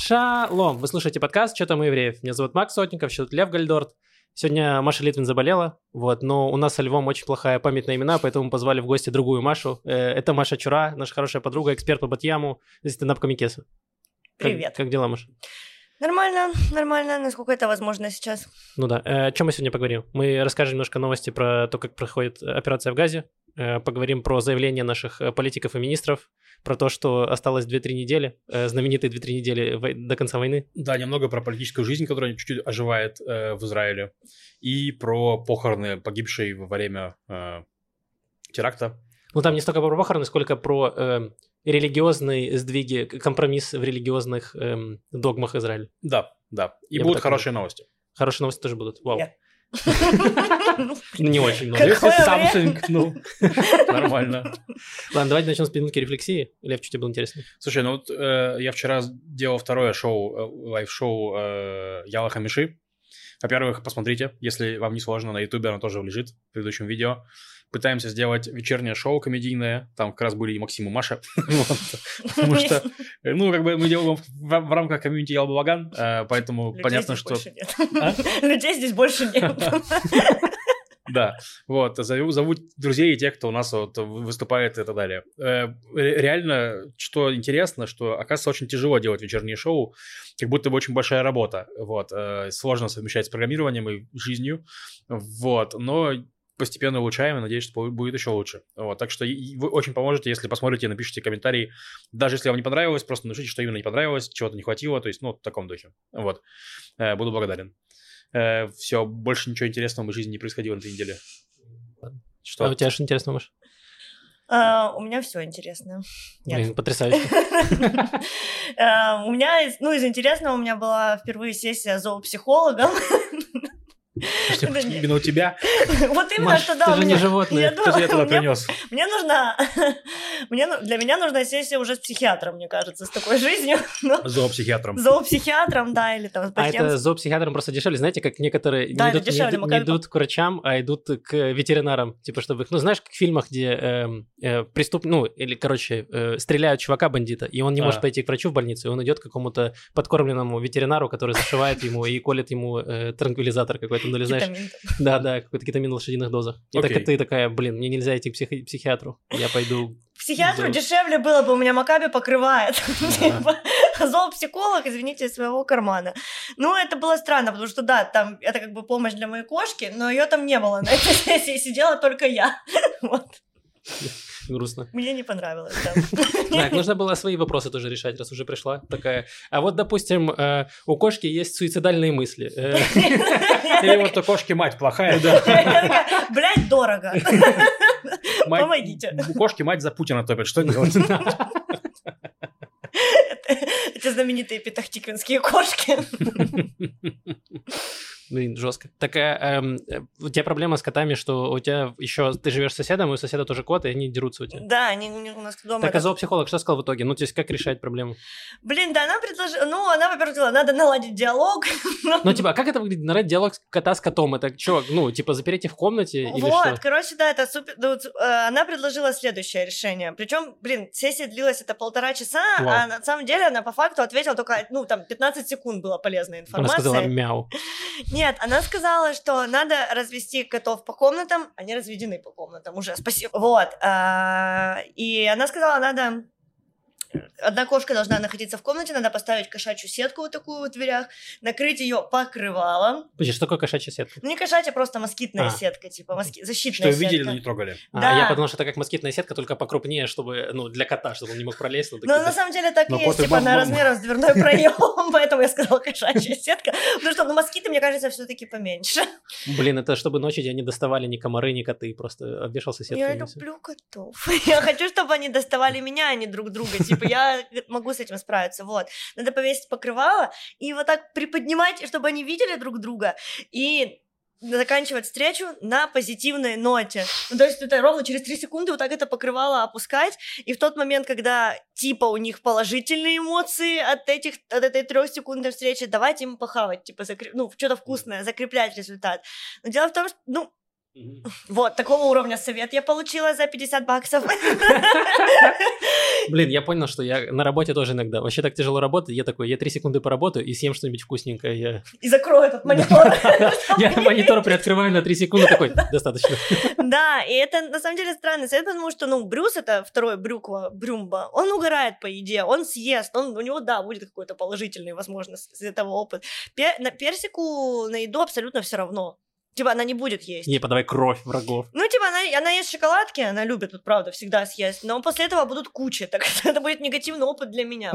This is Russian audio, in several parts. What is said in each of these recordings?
Шалом! Вы слушаете подкаст «Что там у евреев?». Меня зовут Макс Сотников, счет Лев Гальдорт. Сегодня Маша Литвин заболела, но у нас со Львом очень плохая память на имена, поэтому мы позвали в гости другую Машу. Это Маша Чура, наша хорошая подруга, эксперт по Батьяму, стендап-комикеса. Привет. Как дела, Маша? Нормально, насколько это возможно сейчас. Ну да. О чем мы сегодня поговорим? Мы расскажем немножко новости про то, как проходит операция в Газе, поговорим про заявления наших политиков и министров, про то, что осталось 2-3 недели, знаменитые 2-3 недели до конца войны. Да, немного про политическую жизнь, которая чуть-чуть оживает в Израиле, и про похороны погибшей во время теракта. Ну там не столько про похороны, сколько про религиозные сдвиги, компромисс в религиозных догмах Израиля. Да. И будут хорошие новости. Хорошие новости тоже будут. Вау. Не очень много. Something, нормально. Ладно, давайте начнем с минутки рефлексии. Лев, что тебе было интересно? Слушай, я вчера делал второе лайв-шоу Яла Хамиши. Во-первых, посмотрите, если вам не сложно, на Ютубе оно тоже лежит в предыдущем видео. Пытаемся сделать вечернее шоу комедийное. Там как раз были и Максим, и Маша. Потому что, мы делаем в рамках комьюнити Ял Балаган, поэтому понятно, что... Людей здесь больше нет. Да, зовут друзей и тех, кто у нас выступает и так далее. Реально, что интересно, что, оказывается, очень тяжело делать вечернее шоу, как будто бы очень большая работа, сложно совмещать с программированием и жизнью, но постепенно улучшаем и надеюсь, что будет еще лучше. Так что вы очень поможете, если посмотрите, напишите комментарий, даже если вам не понравилось, просто напишите, что именно не понравилось, чего-то не хватило, то есть, в таком духе. Буду благодарен. Все, больше ничего интересного в моей жизни не происходило на этой неделе. Что? А у тебя что интересного, Маш? У меня все интересно. Блин, потрясающе. У меня, из интересного, у меня была впервые сессия с зоопсихологом. Именно у тебя? Вот именно, Маш, что да. ты же не животное. Кто же я туда принес? Для меня нужна сессия уже с психиатром, мне кажется, с такой жизнью. Зоопсихиатром. Зоопсихиатром, да, или там... А это зоопсихиатром просто дешевле, знаете, как некоторые не идут к врачам, а идут к ветеринарам, типа, чтобы их... знаешь, как в фильмах, где стреляют чувака-бандита, и он не может пойти к врачу в больницу, и он идет к какому-то подкормленному ветеринару, который зашивает ему и колет ему транквилизатор какой-то. Или знаешь, да, какой-то кетамин в лошадиных дозах. И так и ты такая, мне нельзя идти к психиатру, я пойду... Психиатру дешевле было бы, у меня Макаби покрывает. Зоопсихолог, извините, из своего кармана. Это было странно, потому что, да, там это как бы помощь для моей кошки, но ее там не было на этой сессии, сидела только я. Грустно. Мне не понравилось, да. Так, нужно было свои вопросы тоже решать, раз уже пришла такая. А вот, допустим, у кошки есть суицидальные мысли. Или у кошки мать плохая, да. Я такая, блядь, дорого. Помогите. У кошки мать за Путина топит, что делать? Эти знаменитые петахтиквинские кошки. Блин, жестко. Так, у тебя проблема с котами, что у тебя еще ты живешь с соседом, и у соседа тоже кот, и они дерутся у тебя. Да, они у нас дома. Так, а зоопсихолог что сказал в итоге? То есть как решать проблему? Блин, да, она предложила, она, во-первых, сказала, надо наладить диалог. А как это выглядит, наладить диалог кота с котом? Это что, запереть их в комнате или что? Короче, да, это супер. Она предложила следующее решение. Причем, сессия длилась это 1,5 часа, а на самом деле она по факту ответила только, 15 секунд была полезная информация. Она сказала мяу. Нет, она сказала, что надо развести котов по комнатам. Они разведены по комнатам уже, спасибо. И она сказала, одна кошка должна находиться в комнате, надо поставить кошачью сетку вот такую в дверях, накрыть ее покрывалом. Подожди, что такое кошачья сетка? Не кошачья, просто москитная сетка, типа защитная сетка. Что видели, но не трогали. Да. Я подумал, что это как москитная сетка, только покрупнее, чтобы, для кота, чтобы он не мог пролезть. На самом деле так и есть, на размером с дверной проем, поэтому я сказала кошачья сетка, потому что, москиты, мне кажется, все-таки поменьше. Блин, это чтобы ночью тебя не доставали ни комары, ни коты, просто обвешался сеткой. Я люблю котов. Я хочу, чтобы они доставали меня, а не друг друга, я могу с этим справиться, Надо повесить покрывало и вот так приподнимать, чтобы они видели друг друга, и заканчивать встречу на позитивной ноте. То есть это ровно через 3 секунды вот так это покрывало опускать, и в тот момент, когда типа у них положительные эмоции от этой 3-секундной встречи, давайте им похавать, что-то вкусное, закреплять результат. Но дело в том, что, Вот, такого уровня совет я получила за 50 баксов. Блин, я понял, что я на работе тоже иногда. Вообще так тяжело работать. Я такой, я 3 секунды поработаю и съем что-нибудь вкусненькое. И закрою этот монитор. Я монитор приоткрываю на 3 секунды, такой, достаточно. Да, и это на самом деле странный совет, потому что, Брюс, это второй Брюмба, он угорает по еде, он съест, у него, да, будет какой-то положительный, возможно, с этого опыт. На персику, на еду абсолютно все равно. Типа, она не будет есть. Не, подавай кровь врагов. Типа, она ест шоколадки, она любит, вот правда, всегда съест, но после этого будут кучи, так это будет негативный опыт для меня.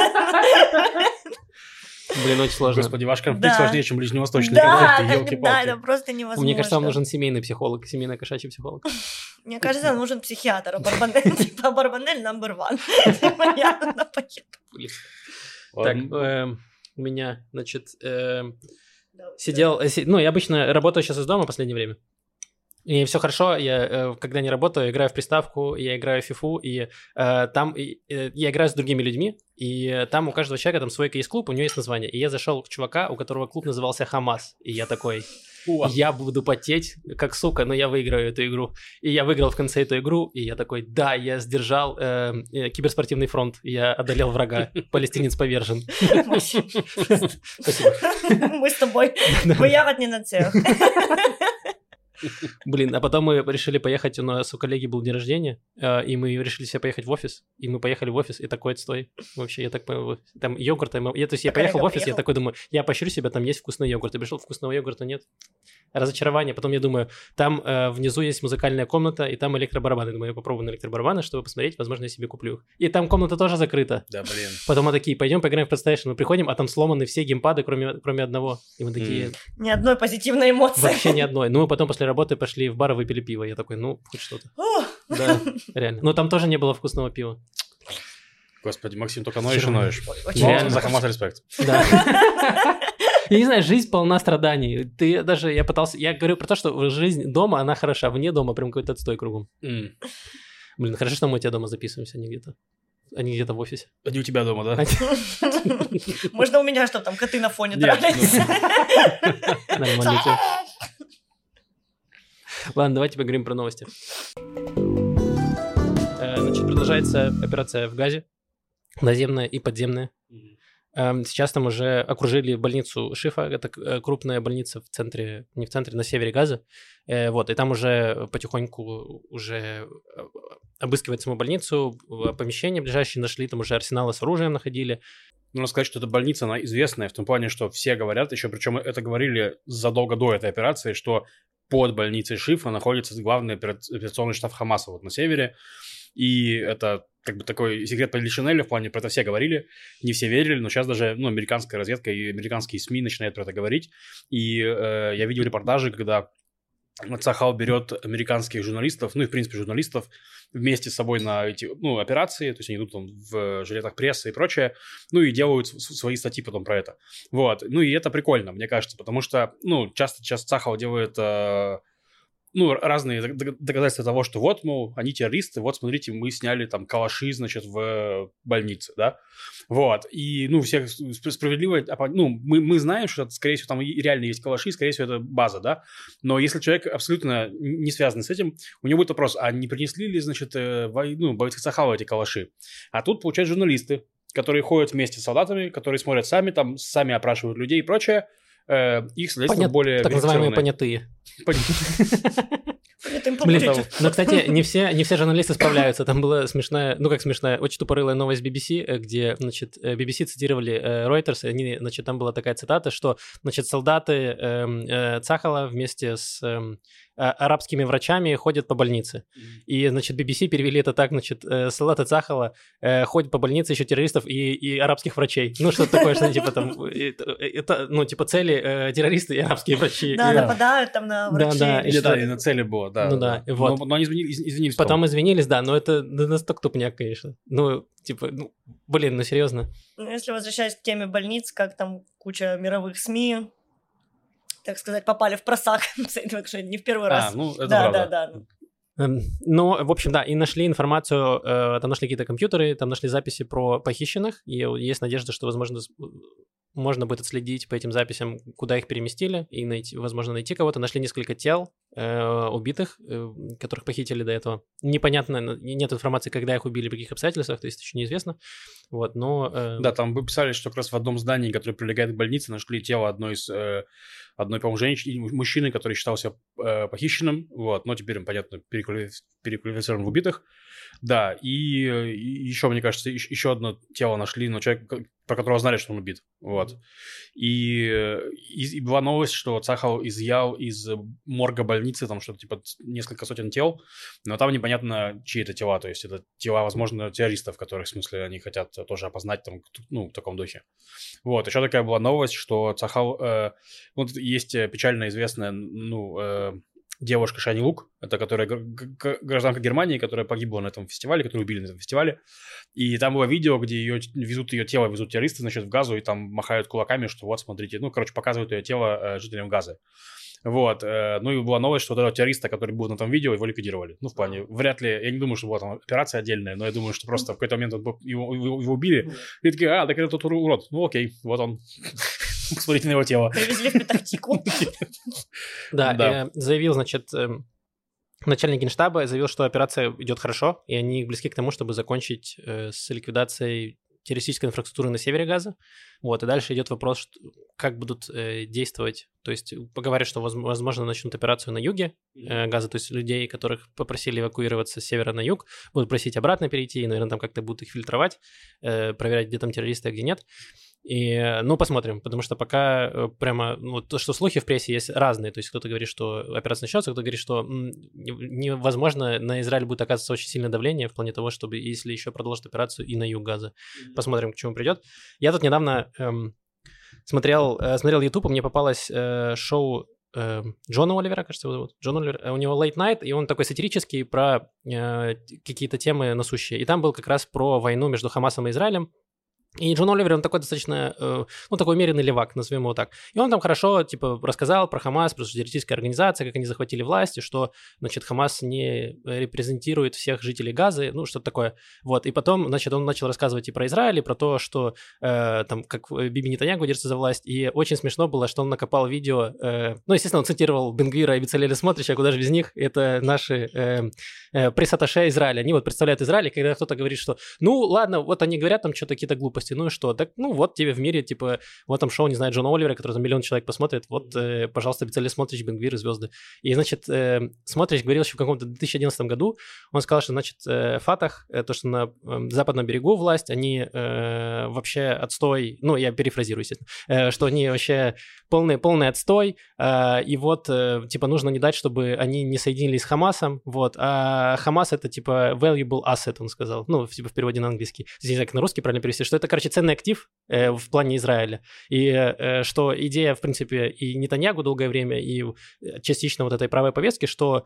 Блин, очень сложно. Господи, ваш конфликт сложнее, чем ближневосточный конфликт, да, это просто невозможно. Мне кажется, вам нужен семейный психолог, семейный кошачий психолог. Мне кажется, нам нужен психиатр, типа Барбанель number one. Я туда поеду. Так, у меня, значит... Сидел, я обычно работаю сейчас из дома в последнее время. И все хорошо, я когда не работаю, играю в приставку, я играю в фифу, и там я играю с другими людьми, и там у каждого человека там свой есть клуб, у него есть название. И я зашел к чувака, у которого клуб назывался Хамас, и я такой, я буду потеть, как сука, но я выиграю эту игру. И я выиграл в конце эту игру, и я такой, да, я сдержал киберспортивный фронт, я одолел врага, палестинец повержен. Спасибо. Мы с тобой воевать не на целях. Блин, а потом мы решили поехать, у нас у коллеги был день рождения, и мы решили все поехать в офис, и мы поехали в офис, и такой отстой. Вообще, я так понял, там йогурт, то есть я поехал в офис, я такой думаю, я поощрю себя, там есть вкусный йогурт, и пришел, вкусного йогурта нет. Разочарование, потом я думаю, там внизу есть музыкальная комната, и там электробарабаны, думаю, я попробую на электробарабаны, чтобы посмотреть, возможно, я себе куплю их. И там комната тоже закрыта. Да, блин. Потом мы такие, пойдем поиграем в PlayStation, мы приходим, а там сломаны все геймпады, кроме одного. И мы такие... Ни одной позитивной эмоции. Вообще ни одной. Мы потом после работы пошли в бар и выпили пиво. Я такой, хоть что-то. Да, реально. Но там тоже не было вкусного пива. Господи, Максим, только ноешь и ноешь. Реально. За Хамас респект. Да. Я не знаю, жизнь полна страданий. Я говорю про то, что жизнь дома, она хороша, вне дома прям какой-то отстой кругом. Блин, хорошо, что мы у тебя дома записываемся, они где-то в офисе. Они у тебя дома, да? Можно у меня, чтобы там коты на фоне дрались. Нормально. Ладно, давайте поговорим про новости. Значит, продолжается операция в Газе, наземная и подземная. Сейчас там уже окружили больницу Шифа, это крупная больница на севере Газа. Вот, и там уже потихоньку уже обыскивают саму больницу, помещения ближайшие нашли, там уже арсеналы с оружием находили. Нужно сказать, что эта больница, она известная в том плане, что все говорят, еще причем это говорили задолго до этой операции, что под больницей Шифа находится главный операционный штаб Хамаса вот на севере. И это как бы такой секрет Полишинеля в плане, про это все говорили, не все верили, но сейчас даже американская разведка и американские СМИ начинают про это говорить. И я видел репортажи, когда Цахал берет американских журналистов, и в принципе журналистов вместе с собой на эти операции, то есть они идут там в жилетах прессы и прочее, и делают свои статьи потом про это. Вот, и это прикольно, мне кажется, потому что, часто сейчас Цахал делает... разные доказательства того, что вот, они террористы, вот, смотрите, мы сняли там калаши, значит, в больнице, да, вот, и, все справедливо, мы знаем, что, скорее всего, там реально есть калаши, скорее всего, это база, да, но если человек абсолютно не связан с этим, у него будет вопрос, а не принесли ли, значит, бойцы Цахала эти калаши? А тут, получается, журналисты, которые ходят вместе с солдатами, которые смотрят сами опрашивают людей и прочее, их, следственно, более... Так называемые понятые. Блин, кстати, не все журналисты справляются. Там была смешная, очень тупорылая новость BBC, где, значит, BBC цитировали Reuters, и значит, там была такая цитата, что, значит, солдаты Цахала вместе с арабскими врачами ходят по больнице. И, значит, BBC перевели это так, значит, солдаты Цахала ходят по больнице, еще террористов и арабских врачей. Что-то такое, что, типа, там, это, цели террористы и арабские врачи. Да, нападают там на врачей. Да, и на цели было, да. Вот. Но они извинились. Потом извинились, да, но это настолько тупняк, конечно. Серьезно. Если возвращаясь к теме больниц, как там куча мировых СМИ, так сказать, попали в просак, не в первый раз. Это правда. Да. В общем, да, и нашли информацию, там нашли какие-то компьютеры, там нашли записи про похищенных, и есть надежда, что, возможно, можно будет отследить по этим записям, куда их переместили, и возможно, найти кого-то. Нашли несколько тел, убитых, которых похитили до этого. Непонятно, нет информации, когда их убили, в каких обстоятельствах, то есть еще неизвестно. Вот, но... Да, там вы писали, что как раз в одном здании, которое прилегает к больнице, нашли тело одной, по-моему, женщины, мужчины, который считался похищенным, вот, но теперь, понятно, переквалифицирован в убитых. Да, и еще, мне кажется, еще одно тело нашли, но человек, про которого знали, что он убит, вот. И была новость, что Цахал изъял из морга больницы там что-то типа несколько сотен тел, но там непонятно, чьи это тела, то есть это тела, возможно, террористов, которых, в смысле, они хотят тоже опознать там, ну, в таком духе. Вот, еще такая была новость, что Цахал, вот есть печально известная, ну, девушка Шани Лук, это которая гражданка Германии, которая погибла на этом фестивале, которую убили на этом фестивале. И там было видео, где ее тело везут террористы, значит, в Газу, и там махают кулаками, что вот, смотрите, ну, короче, показывают ее тело жителям Газы. Вот, ну и была новость, что вот этого террориста, который был на том видео, его ликвидировали. Ну, в плане, вряд ли, я не думаю, что была там операция отдельная, но я думаю, что просто в какой-то момент его убили, и такие, так это тот урод, ну окей, вот он. Посмотрите на его тело. Привезли в Петахтику. Да, заявил, значит, начальник Генштаба заявил, что операция идет хорошо, и они близки к тому, чтобы закончить с ликвидацией террористической инфраструктуры на севере Газа. Вот, и дальше идет вопрос, как будут действовать. То есть поговорят, что, возможно, начнут операцию на юге Газа, то есть людей, которых попросили эвакуироваться с севера на юг, будут просить обратно перейти, и, наверное, там как-то будут их фильтровать, проверять, где там террористы, а где нет. И, ну, посмотрим, потому что пока прямо, ну, то, что слухи в прессе есть разные, то есть кто-то говорит, что операция начнется, кто-то говорит, что невозможно, на Израиль будет оказываться очень сильное давление в плане того, чтобы, если еще продолжить операцию и на юг Газа. Посмотрим, к чему придет. Я тут недавно смотрел YouTube, мне попалось шоу Джона Оливера, кажется, его зовут. Джон Оливер. У него Late Night, и он такой сатирический про какие-то темы насущие. И там был как раз про войну между Хамасом и Израилем. И Джон Оливер, он такой достаточно, ну, такой умеренный левак, назовем его так. И он там хорошо, типа, рассказал про Хамас, про террористическую организацию, как они захватили власть, и что, значит, Хамас не репрезентирует всех жителей Газы, ну, что-то такое. Вот, и потом, значит, он начал рассказывать и про Израиль, и про то, что там, как Биби Нетаньяху держится за власть, и очень смешно было, что он накопал видео, ну, естественно, он цитировал Бен-Гвира и Бецалеля Смотрича, куда же без них, это наши пресс-атташе Израиля, они вот представляют Израиль, и когда кто-то говорит, что, ну, ладно, вот они говорят там что-то, какие-то глупости, ну и что? Так, ну вот тебе в мире, типа, вот там шоу, не знаю, Джона Оливера, который там миллион человек посмотрит, вот, пожалуйста, Бецалель Смотрич, Бен-Гвир и звезды. И, значит, Смотрич говорил еще в каком-то 2011 году, он сказал, что, значит, Фатах, то, что на западном берегу власть, они вообще отстой, ну, я перефразирую, естественно, что они вообще полный отстой, и вот, типа, нужно не дать, чтобы они не соединились с Хамасом, вот, а Хамас это, типа, valuable asset, он сказал, ну, типа, в переводе на английский, не знаю, как на русский правильно перевести, что это, короче, ценный актив в плане Израиля, и что идея, в принципе, и Нетаньяху долгое время, и частично вот этой правой повестки, что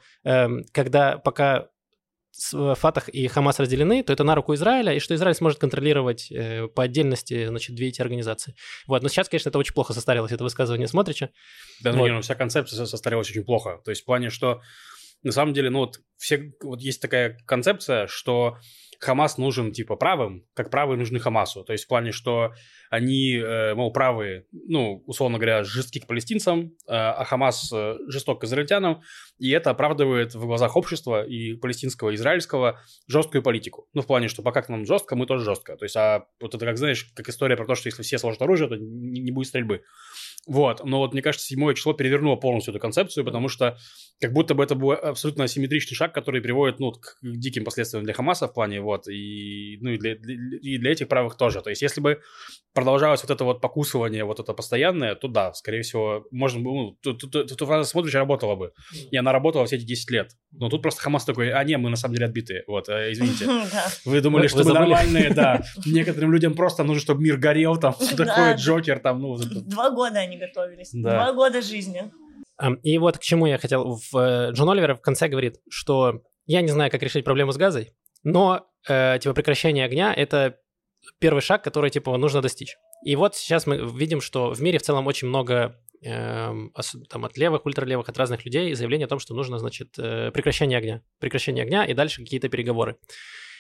пока Фатах и Хамас разделены, то это на руку Израиля, и что Израиль сможет контролировать по отдельности, значит, две эти организации. Вот, но сейчас, конечно, это очень плохо состарилось, это высказывание Смотрича. Да, вот. ну, вся концепция состарилась очень плохо, то есть в плане, что на самом деле, ну, вот есть такая концепция, что Хамас нужен, типа, правым, как правые нужны Хамасу. То есть в плане, что они, мол, правые, ну, условно говоря, жестки к палестинцам, а Хамас жесток к израильтянам, и это оправдывает в глазах общества и палестинского, и израильского жесткую политику. Ну, в плане, что пока к нам жестко, мы тоже жестко. То есть, вот это, как знаешь, как история про то, что если все сложат оружие, то не будет стрельбы. Вот, но вот мне кажется, 7 число перевернуло полностью эту концепцию, потому что как будто бы это был абсолютно асимметричный шаг, который приводит, ну, к диким последствиям для Хамаса в плане, вот, и, ну, и для этих правых тоже. То есть, если бы продолжалось вот это вот покусывание, вот это постоянное, то да, скорее всего, можно бы, ну, тут фраза «смотришь» работала бы, и она работала все эти 10 лет. Но тут просто Хамас такой, не, мы на самом деле отбитые, вот, извините. Вы думали, что мы нормальные, да. Некоторым людям просто нужно, чтобы мир горел, там, все такое, Джокер, там, ну. 2 года они готовились, 2 года жизни. И вот к чему я хотел. Джон Оливер в конце говорит, что я не знаю, как решить проблему с Газой, но, типа, прекращение огня — это первый шаг, который, типа, нужно достичь. И вот сейчас мы видим, что в мире в целом очень много там, от левых, ультралевых, от разных людей заявление о том, что нужно, значит, прекращение огня и дальше какие-то переговоры.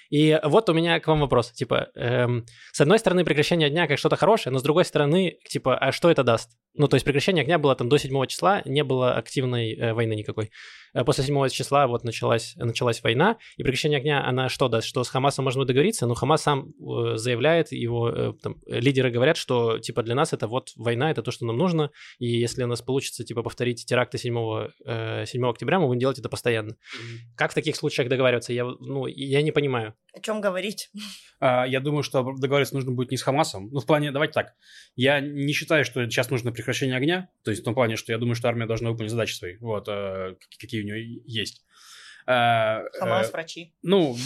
И вот у меня к вам вопрос. Типа, с одной стороны, прекращение огня как что-то хорошее, но с другой стороны, типа, а что это даст? Ну, то есть прекращение огня было там до 7 числа, не было активной войны никакой. После 7 числа вот началась война, и прекращение огня, она что даст? Что с Хамасом можно договориться, но Хамас сам заявляет, его там, лидеры говорят, что, типа, для нас это вот война, это то, что нам нужно, и если у нас получится, типа, повторить теракты 7 октября, мы будем делать это постоянно. Как в таких случаях договариваться? Я не понимаю. О чем говорить? Я думаю, что договариваться нужно будет не с Хамасом. Ну, в плане, давайте так, я не считаю, что сейчас нужно прекращение огня, то есть в том плане, что я думаю, что армия должна выполнить задачи свои, вот, какие у нее есть. Хамас, врачи. Ну...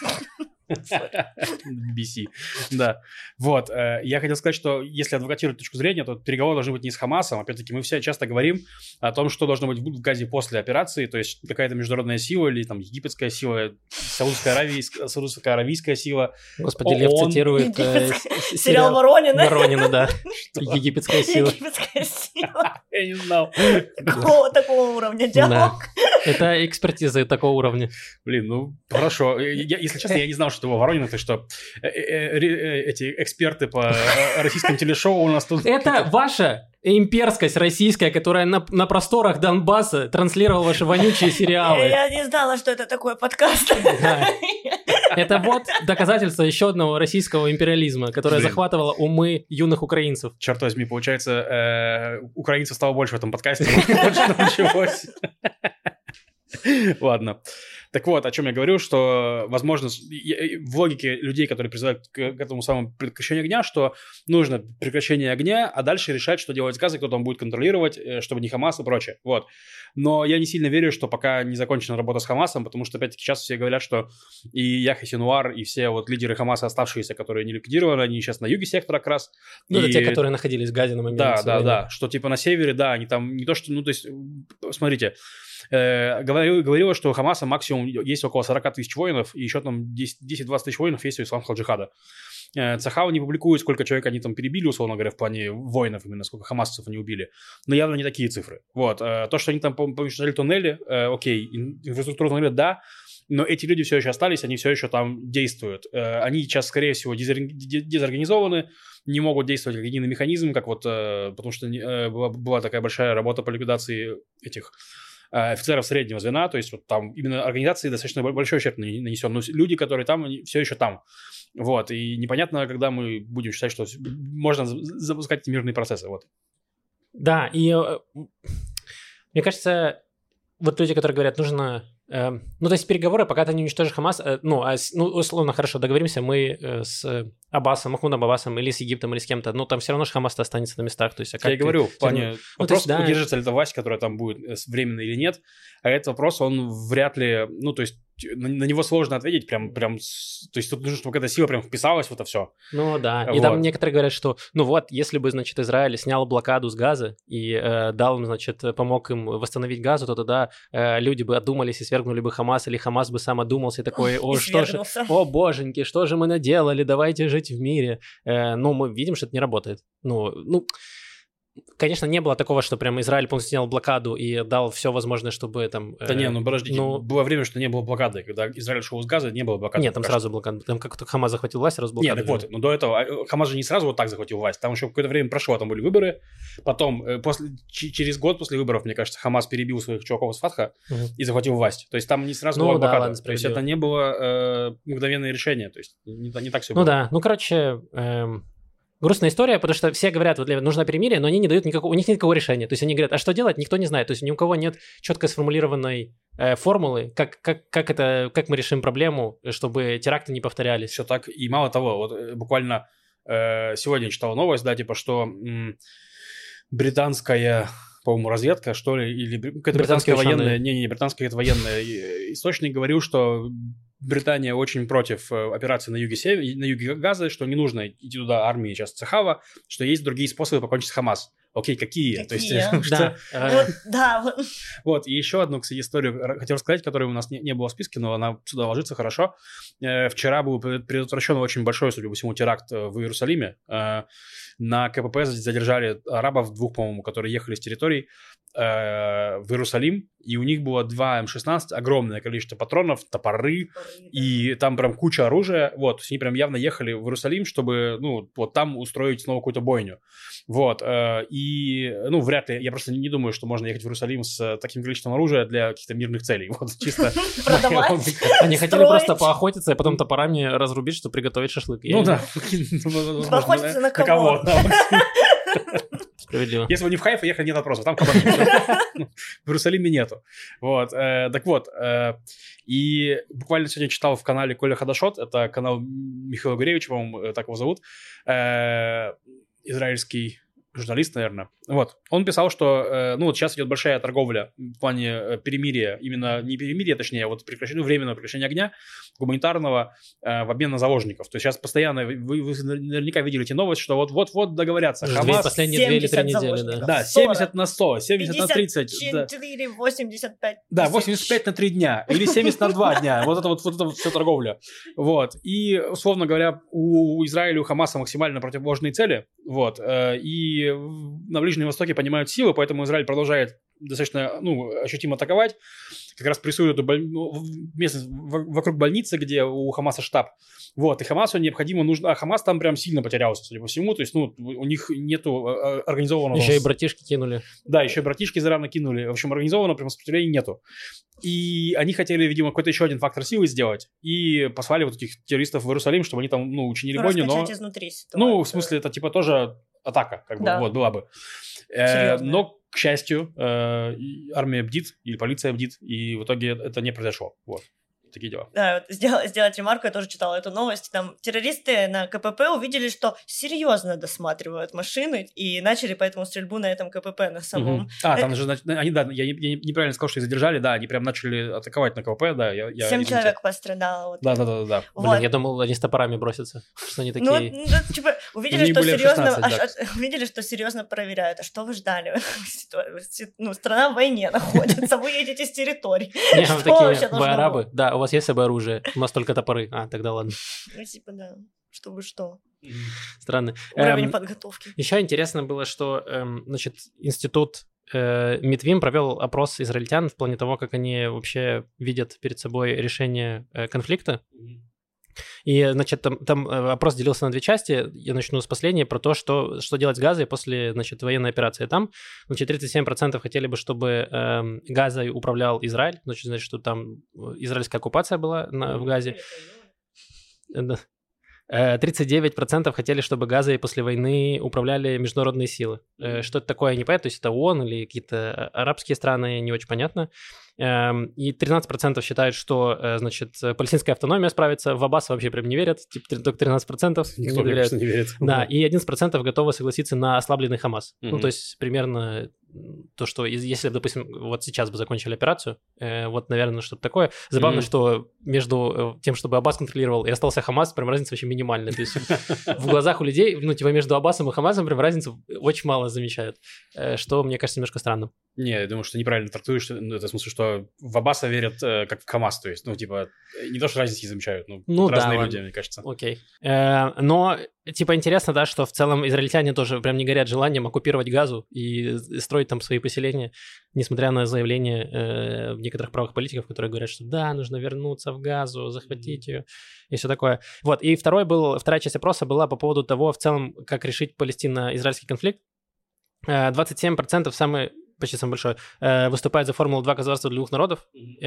BC, да. Вот, я хотел сказать, что если адвокатировать точку зрения, то переговоры должны быть не с Хамасом. Опять-таки, мы все часто говорим о том, что должно быть в Газе после операции, то есть какая-то международная сила или там египетская сила, саудовско-аравийская сила. Господи, Лев цитирует сериал Воронина. Воронина, да. Египетская сила. Египетская сила. Я не знал. Такого уровня диалог. Это экспертиза такого уровня. Блин, ну, хорошо. Если честно, я не знал, что его Воронина, то что эти эксперты по российским телешоу у нас тут... Это ваша имперскость российская, которая на просторах Донбасса транслировала ваши вонючие сериалы. Я не знала, что это такой подкаст. Это вот доказательство еще одного российского империализма, которое захватывало умы юных украинцев. Черт возьми, получается, украинцев стало больше в этом подкасте. Больше началось. Ладно. Так вот, о чем я говорю, что, возможно, в логике людей, которые призывают к этому самому прекращению огня, что нужно прекращение огня, а дальше решать, что делать с Газой, кто там будет контролировать, чтобы не Хамас и прочее. Вот. Но я не сильно верю, что пока не закончена работа с Хамасом, потому что, опять-таки, сейчас все говорят, что и Яхья Синуар, и все вот лидеры Хамаса, оставшиеся, которые не ликвидированы, они сейчас на юге сектора как раз. Ну, это те, которые находились в Газе на момент. Да. Что типа на севере, да, они там не то, что, ну, то есть, смотрите, говорила, что у Хамаса максимум есть около 40 тысяч воинов, и еще там 10-20 тысяч воинов есть у исламского джихада. Цахава не публикует, сколько человек они там перебили, условно говоря, в плане воинов именно, сколько хамасцев они убили. Но явно не такие цифры. Вот. То, что они там уничтожили туннели, окей, инфраструктуру туннеля, да, но эти люди все еще остались, они все еще там действуют. Они сейчас, скорее всего, дезорганизованы, не могут действовать как единый механизм, как вот, потому что была такая большая работа по ликвидации этих офицеров среднего звена, то есть вот там именно организации достаточно большой ущерб нанесен, но люди, которые там, они все еще там. Вот, и непонятно, когда мы будем считать, что можно запускать эти мирные процессы, вот. Да, и мне кажется, вот люди, которые говорят, нужно... то есть переговоры, пока ты не уничтожишь Хамас, условно, хорошо, договоримся мы с Аббасом, Махмудом Аббасом или с Египтом, или с кем-то, но там все равно же Хамас останется на местах. То есть, я и говорю, в плане вопрос, удержится ли это власть, которая там будет временно или нет, а этот вопрос, он вряд ли, то есть на него сложно ответить, прям, то есть тут нужно, чтобы какая-то сила прям вписалась в это все. Ну да, вот. И там некоторые говорят, что, если бы, значит, Израиль снял блокаду с Газа и дал им, значит, помог им восстановить Газу, то тогда люди бы одумались и свергнули бы Хамас, или Хамас бы сам одумался и такой, о боженьки, что же мы наделали, давайте жить в мире. Мы видим, что это не работает. Конечно, не было такого, что прям Израиль полностью снял блокаду и дал все возможное, чтобы там... Да подождите, было время, что не было блокады. Когда Израиль шел из Газа, не было блокады. Нет, там сразу блокада. Там как только Хамас захватил власть, сразу блокада. Нет, так вот, но до этого Хамас же не сразу вот так захватил власть. Там еще какое-то время прошло, там были выборы. Потом, через год после выборов, мне кажется, Хамас перебил своих чуваков из Фатха и захватил власть. То есть там не сразу была блокада. Ладно, то есть это не было мгновенное решение. То есть не так все было. Грустная история, потому что все говорят, вот нужно перемирие, но они не дают у них нет никакого решения. То есть они говорят, а что делать, никто не знает. То есть ни у кого нет четко сформулированной формулы, как мы решим проблему, чтобы теракты не повторялись. Все так. И мало того, вот буквально сегодня я читал новость, да, типа, что британская, по-моему, разведка, что ли, или какая-то британская военная, британская какая-то военная источник говорил, что Британия очень против операции на юге Газа, что не нужно идти туда армии сейчас Цахава, что есть другие способы покончить с Хамас. Окей, какие? То есть, Вот, и еще одну, кстати, историю хотел рассказать, которой у нас не было в списке, но она сюда ложится хорошо. Вчера был предотвращен очень большой, судя по всему, теракт в Иерусалиме. На КПП задержали арабов, 2, по-моему, которые ехали с территорий в Иерусалим, и у них было 2 М16, огромное количество патронов, топоры, и там прям куча оружия, вот, то есть они прям явно ехали в Иерусалим, чтобы, ну, вот там устроить снова какую-то бойню, вот, и, ну, вряд ли, я просто не думаю, что можно ехать в Иерусалим с таким количеством оружия для каких-то мирных целей, вот, чисто... Продавать, они хотели просто поохотиться, и потом топорами разрубить, чтобы приготовить шашлык. Ну да. Поохотиться на кого? Справедливо. Если бы не в Хайфа ехали, нет вопросов, там кабаны. В Иерусалиме нету. Вот, так вот, и буквально сегодня читал в канале Коля Хадашот, это канал Михаила Гуревича, по-моему, так его зовут, израильский журналист, наверное. Вот. Он писал, что, ну, вот сейчас идет большая торговля в плане перемирия, именно не перемирия, точнее, а вот прекращение, временного прекращения огня, гуманитарного, в обмен на заложников. То есть сейчас постоянно, вы наверняка видели эти новости, что вот-вот договорятся. Хамас... Последние 2 или 3 недели, да. Да, 70 на 100, 70 на 30. 54, 85. Да, 85 на 3 дня или 70 на 2 дня. Вот это вот вся торговля. Вот. И, условно говоря, у Израиля, у Хамаса максимально противоположные цели. Вот. И на Ближнем Востоке понимают силы, поэтому Израиль продолжает достаточно, ну, ощутимо атаковать. Как раз прессуют эту местность вокруг больницы, где у Хамаса штаб. Вот, и Хамасу необходимо нужно... А Хамас там прям сильно потерялся, судя по всему. То есть, ну, у них нету организованного... Еще и братишки кинули. Да, еще и братишки заранее кинули. В общем, организованного прям сопротивления нету. И они хотели, видимо, какой-то еще один фактор силы сделать. И послали вот этих террористов в Иерусалим, чтобы они там, ну, учинили бойню, но... изнутри ситуацию. Ну, в смысле, это типа тоже атака, как бы, вот, была бы. Но, к счастью, армия бдит, или полиция бдит, и в итоге это не произошло. Вот. Такие дела. Да, вот сделать ремарку, я тоже читала эту новость. Там террористы на КПП увидели, что серьезно досматривают машины, и начали поэтому стрельбу на этом КПП на самом. Там же они, да, я неправильно сказал, что их задержали, да, они прям начали атаковать на КПП, да. 7 человек пострадало. Вот. Да. Вот. Блин, я думал, они с топорами бросятся, что они такие... Ну, типа, увидели, что серьезно проверяют. А что вы ждали? Ну, страна в войне находится, вы едете с территории. Не, вы такие, вы арабы? Да, у вас есть с собой оружие? У нас только топоры. А, тогда ладно. Ну, типа, да. Чтобы что. Странно. Уровень подготовки. Еще интересно было, что, значит, институт Митвим провел опрос израильтян в плане того, как они вообще видят перед собой решение конфликта. И, значит, там опрос делился на 2 части. Я начну с последней, про то, что делать с Газой после, значит, военной операции. Там, значит, 37% хотели бы, чтобы Газой управлял Израиль. Значит, что там израильская оккупация была в Газе. 39% хотели, чтобы Газой после войны управляли международные силы. Что это такое, я не понимаю. То есть это ООН или какие-то арабские страны, не очень понятно. И 13% считают, что, значит, палестинская автономия справится. В Аббаса вообще прям не верят. Типа только 13% Никто, конечно, не верит. Да, и 11% готовы согласиться на ослабленный Хамас. Ну, то есть примерно то, что если, допустим, вот сейчас бы закончили операцию, вот, наверное, что-то такое. Забавно, что между тем, чтобы Аббас контролировал, и остался Хамас, прям разница вообще минимальная. То есть в глазах у людей, ну, типа между Аббасом и Хамасом прям разницу очень мало замечают, что, мне кажется, немножко странно. Не, я думаю, что неправильно трактуешь, ну, это в смысле, что в Аббаса верят как в Хамас, то есть, ну, типа, не то, что разницы не замечают, ну разные люди, мне кажется. Окей. Но, типа, интересно, да, что в целом израильтяне тоже прям не горят желанием оккупировать Газу и строить там свои поселения, несмотря на заявления некоторых правых политиков, которые говорят, что да, нужно вернуться в Газу, захватить ее и все такое. Вот, и вторая часть опроса была по поводу того, в целом, как решить палестино-израильский конфликт. 27% почти самый большой, выступает за формулу 2 государства для 2 народов,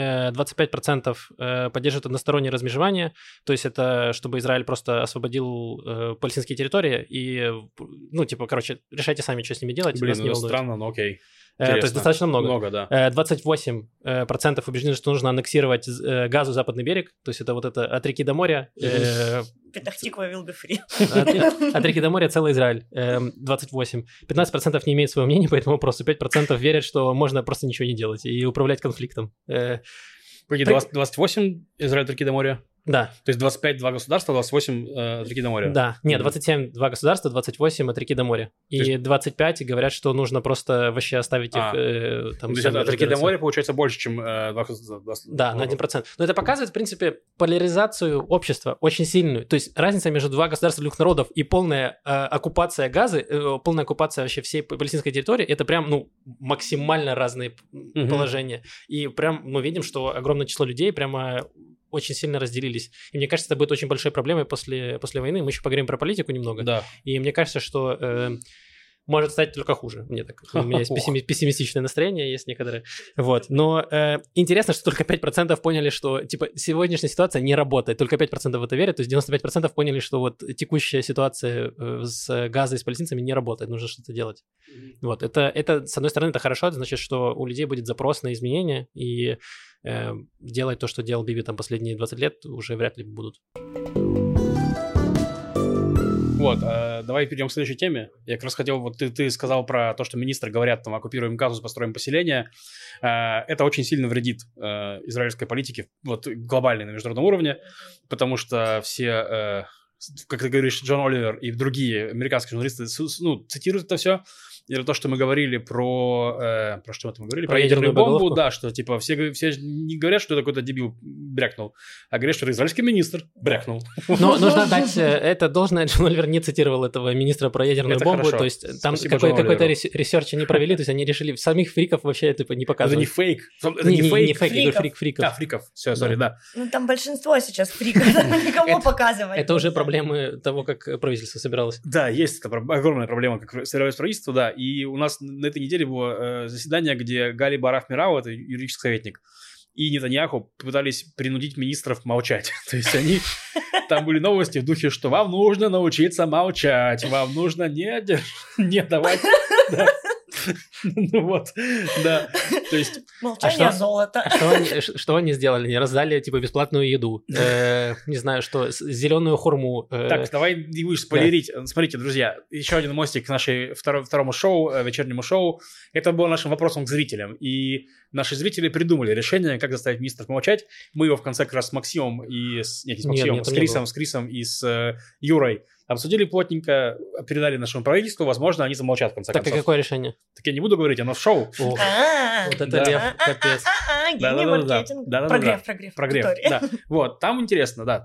25% поддерживают одностороннее размежевание, то есть это чтобы Израиль просто освободил палестинские территории и, ну, типа, короче, решайте сами, что с ними делать. Блин, ну, странно, но окей. То есть достаточно много. Много, да. 28% убеждены, что нужно аннексировать Газу, западный берег, то есть это вот это от реки до моря. Петахтиква will be free. От реки до моря целый Израиль. 28. 15% не имеют своего мнения по этому вопросу. 5% верят, что можно просто ничего не делать и управлять конфликтом. Погоди, 28 Израиль от реки до моря? Да. То есть 25 два государства, 28 от реки до моря. Да. Нет, 27 два государства, 28 от реки до моря. И 25 говорят, что нужно просто вообще оставить их там. То есть от реки до моря получается больше, чем 2 государства. Да, на 1%. Но это показывает, в принципе, поляризацию общества очень сильную. То есть разница между два государства, двух народов и полная оккупация Газы, полная оккупация вообще всей палестинской территории, это прям, максимально разные положения. И прям мы видим, что огромное число людей прямо очень сильно разделились. И мне кажется, это будет очень большой проблемой после войны. Мы еще поговорим про политику немного. Да. И мне кажется, что может стать только хуже. У меня есть пессимистичное настроение, есть некоторые. Вот. Но интересно, что только 5% поняли, что типа сегодняшняя ситуация не работает. Только 5% в это верят. То есть 95% поняли, что вот текущая ситуация с Газой, с палестинцами не работает. Нужно что-то делать. Вот. Это, с одной стороны, это хорошо. Это значит, что у людей будет запрос на изменения. И делать то, что делал Биби там последние 20 лет, уже вряд ли будут. Вот, давай перейдем к следующей теме. Я как раз хотел, вот ты сказал про то, что министры говорят, там, оккупируем Газу, построим поселение. Это очень сильно вредит израильской политике, вот, глобальной, на международном уровне, потому что все, как ты говоришь, Джон Оливер и другие американские журналисты, цитируют это все. Или то, что мы говорили про что мы там говорили? Про ядерную бомбу, да, что типа все не говорят, что это какой-то дебил брякнул, а говорят, что это израильский министр брякнул. Но нужно дать это должное. Джон Оливер не цитировал этого министра про ядерную бомбу, хорошо. То есть там какой-то ресерч они провели, то есть они решили, самих фриков вообще типа не показывать. Это не фейк. Это не фейк, это фриков. Да, фриков. Все, сори, да. Ну там большинство сейчас фриков, никому показывать. Это уже проблемы того, как правительство собиралось. Да, есть огромная проблема, как собиралось правительство, да. И у нас на этой неделе было заседание, где Гали Бараф Мирау, это юридический советник, и Нетаньяху пытались принудить министров молчать. То есть они... Там были новости в духе, что вам нужно научиться молчать, вам нужно не давать... Ну вот, да. То есть... Молчание золото. Что они сделали? Они раздали, типа, бесплатную еду. Не знаю, что, зеленую хурму. Так, давай не будешь спойлерить. Смотрите, друзья, еще один мостик к нашему второму шоу, вечернему шоу. Это был нашим вопросом к зрителям. И наши зрители придумали решение, как заставить министров молчать. Мы его в конце как раз с Максимом и с Крисом и с Юрой обсудили плотненько, передали нашему правительству, возможно, они замолчат в конце концов. Так, и какое решение? Так я не буду говорить, оно в шоу. Вот это лев, капец. Гений маркетинг. Прогрев, да. Вот, там интересно, да.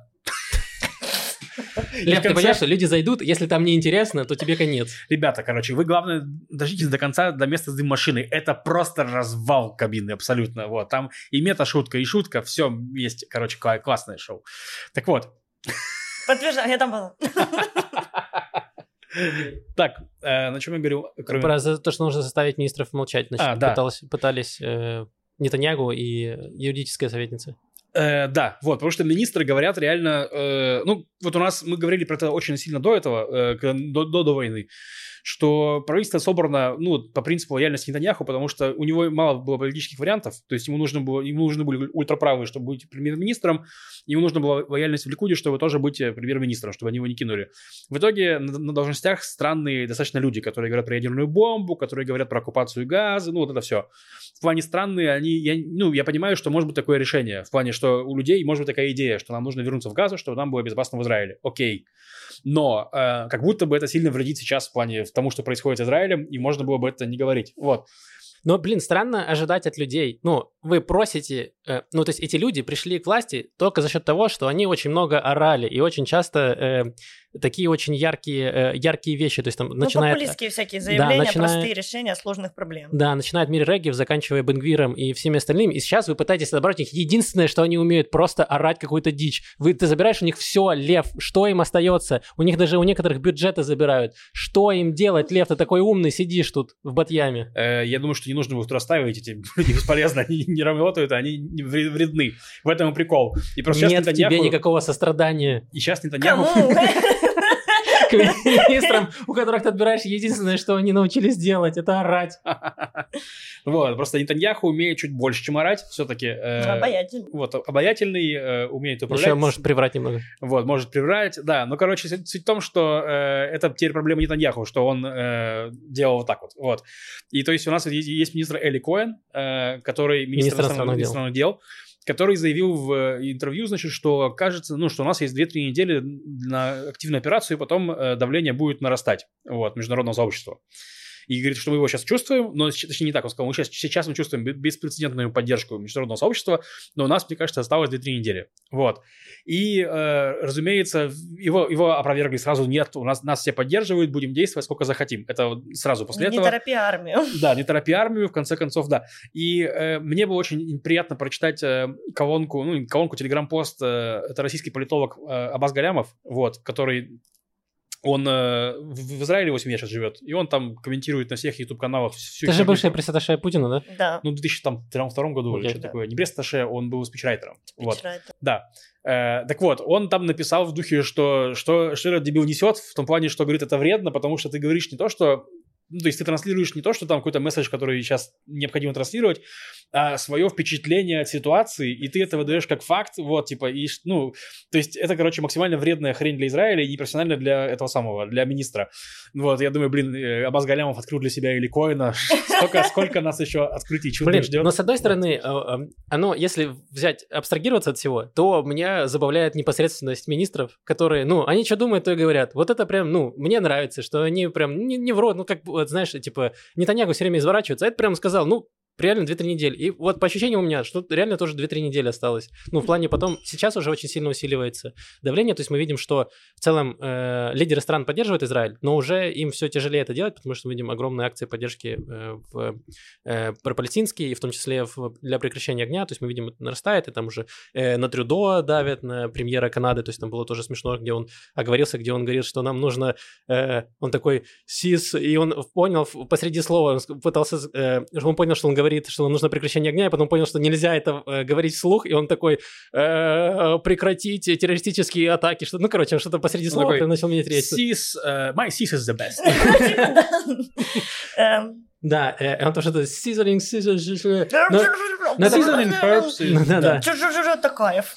Лев, ты понимаешь, что люди зайдут, если там неинтересно, то тебе конец. Ребята, короче, вы, главное, дождитесь до конца, до места с дым-машины. Это просто развал кабины, абсолютно. Вот, там и мета-шутка, и шутка, все есть, короче, классное шоу. Так вот. Подтверждаю, я там была. Так, на чем я говорил? Про то, что нужно заставить министров молчать. Значит, пытались Нетаньягу и юридическая советница. Да, вот, потому что министры говорят реально... вот у нас, мы говорили про это очень сильно до этого, до войны, что правительство собрано, по принципу лояльности Нетаньяху, потому что у него мало было политических вариантов, то есть ему нужны были ультраправые, чтобы быть премьер-министром, ему нужна была лояльность в Ликуде, чтобы тоже быть премьер-министром, чтобы они его не кинули. В итоге на должностях странные достаточно люди, которые говорят про ядерную бомбу, которые говорят про оккупацию Газы, вот это все. В плане странные, я понимаю, что может быть такое решение, в плане, что у людей может быть такая идея, что нам нужно вернуться в Газу, чтобы нам было безопасно в Израиле. Окей. Но как будто бы это сильно вредит сейчас в плане тому, что происходит с Израилем, и можно было бы это не говорить. Вот. Но, странно ожидать от людей. Вы просите... то есть эти люди пришли к власти только за счет того, что они очень много орали, и очень часто такие очень яркие вещи. То есть там начинает... популистские всякие заявления, простые решения сложных проблем. Да, начиная от Мири Регев, заканчивая Бен-Гвиром и всеми остальными. И сейчас вы пытаетесь отобрать у них единственное, что они умеют, просто орать какую-то дичь. Ты забираешь у них все, Лев, что им остается? У них даже у некоторых бюджеты забирают. Что им делать, Лев? Ты такой умный, сидишь тут в Батьяме. Я думаю, что не нужно их расстраивать, эти люди бесполезно, они не работают, они вредны. В этом и прикол. И просто нет в тебе никакого сострадания. И сейчас Нетаньяху... К министрам, у которых ты отбираешь, единственное, что они научились делать, это орать. Вот, просто Нетаньяху умеет чуть больше, чем орать, все-таки. Обаятельный. Вот, обаятельный, умеет управлять. Еще может приврать немного. Вот, может приврать, да. Но, короче, суть в том, что это теперь проблема Нетаньяху, что он делал вот так вот. И то есть у нас есть министр Эли Коэн, который министр иностранных дел, который заявил в интервью, значит, что кажется, что у нас есть 2-3 недели на активную операцию, и потом давление будет нарастать, международного сообщества. И говорит, что мы его сейчас чувствуем, но, точнее, не так, он сказал, сейчас мы чувствуем беспрецедентную поддержку международного сообщества, но у нас, мне кажется, осталось 2-3 недели. И, разумеется, его опровергли сразу, нет, нас все поддерживают, будем действовать, сколько захотим. Это сразу после этого. Не торопи армию. Да, не торопи армию, в конце концов, да. И мне было очень приятно прочитать колонку «Телеграм-пост», это российский политолог Аббас Галямов, который... Он в Израиле 8 лет сейчас живет, и он там комментирует на всех YouTube-каналах. Ты же бывший пресс-атташе Путина, да? Да. В 2002 году или что-то такое. Не пресс-атташе, он был спичрайтером. Да. Так вот, он там написал в духе, что этот дебил несет, в том плане, что, говорит, это вредно, потому что ты говоришь не то, что... то есть ты транслируешь не то, что там какой-то месседж, который сейчас необходимо транслировать, а свое впечатление от ситуации, и ты это выдаешь как факт, то есть это, максимально вредная хрень для Израиля и непрофессионально для этого самого, для министра. Я думаю, Аббас Галямов открыл для себя или Коэна, сколько нас еще открытий чудных ждет. Но с одной стороны, если абстрагироваться от всего, то меня забавляет непосредственность министров, которые, они что думают, то и говорят. Вот это прям, мне нравится, что они прям не врут, знаешь, Нетаньяху все время изворачивается, а это прям сказал, реально 2-3 недели. И по ощущениям у меня, что реально тоже 2-3 недели осталось. В плане потом, сейчас уже очень сильно усиливается давление, то есть мы видим, что в целом лидеры стран поддерживают Израиль, но уже им все тяжелее это делать, потому что мы видим огромные акции поддержки пропалестинские, и в том числе для прекращения огня, то есть мы видим, это нарастает, и там уже на Трюдо давят, на премьера Канады, то есть там было тоже смешно, где он оговорился, где он говорит, что нам нужно, он такой сис, и он понял посреди слова, он пытался, он понял, что он говорит, что нам нужно прекращение огня, и потом понял, что нельзя это говорить вслух, и он такой, прекратить террористические атаки, он что-то посреди слова прям начал менять речь. My sis is the best. Да, он тоже что-то sizzling, sizzling herbs. Да. Такаев.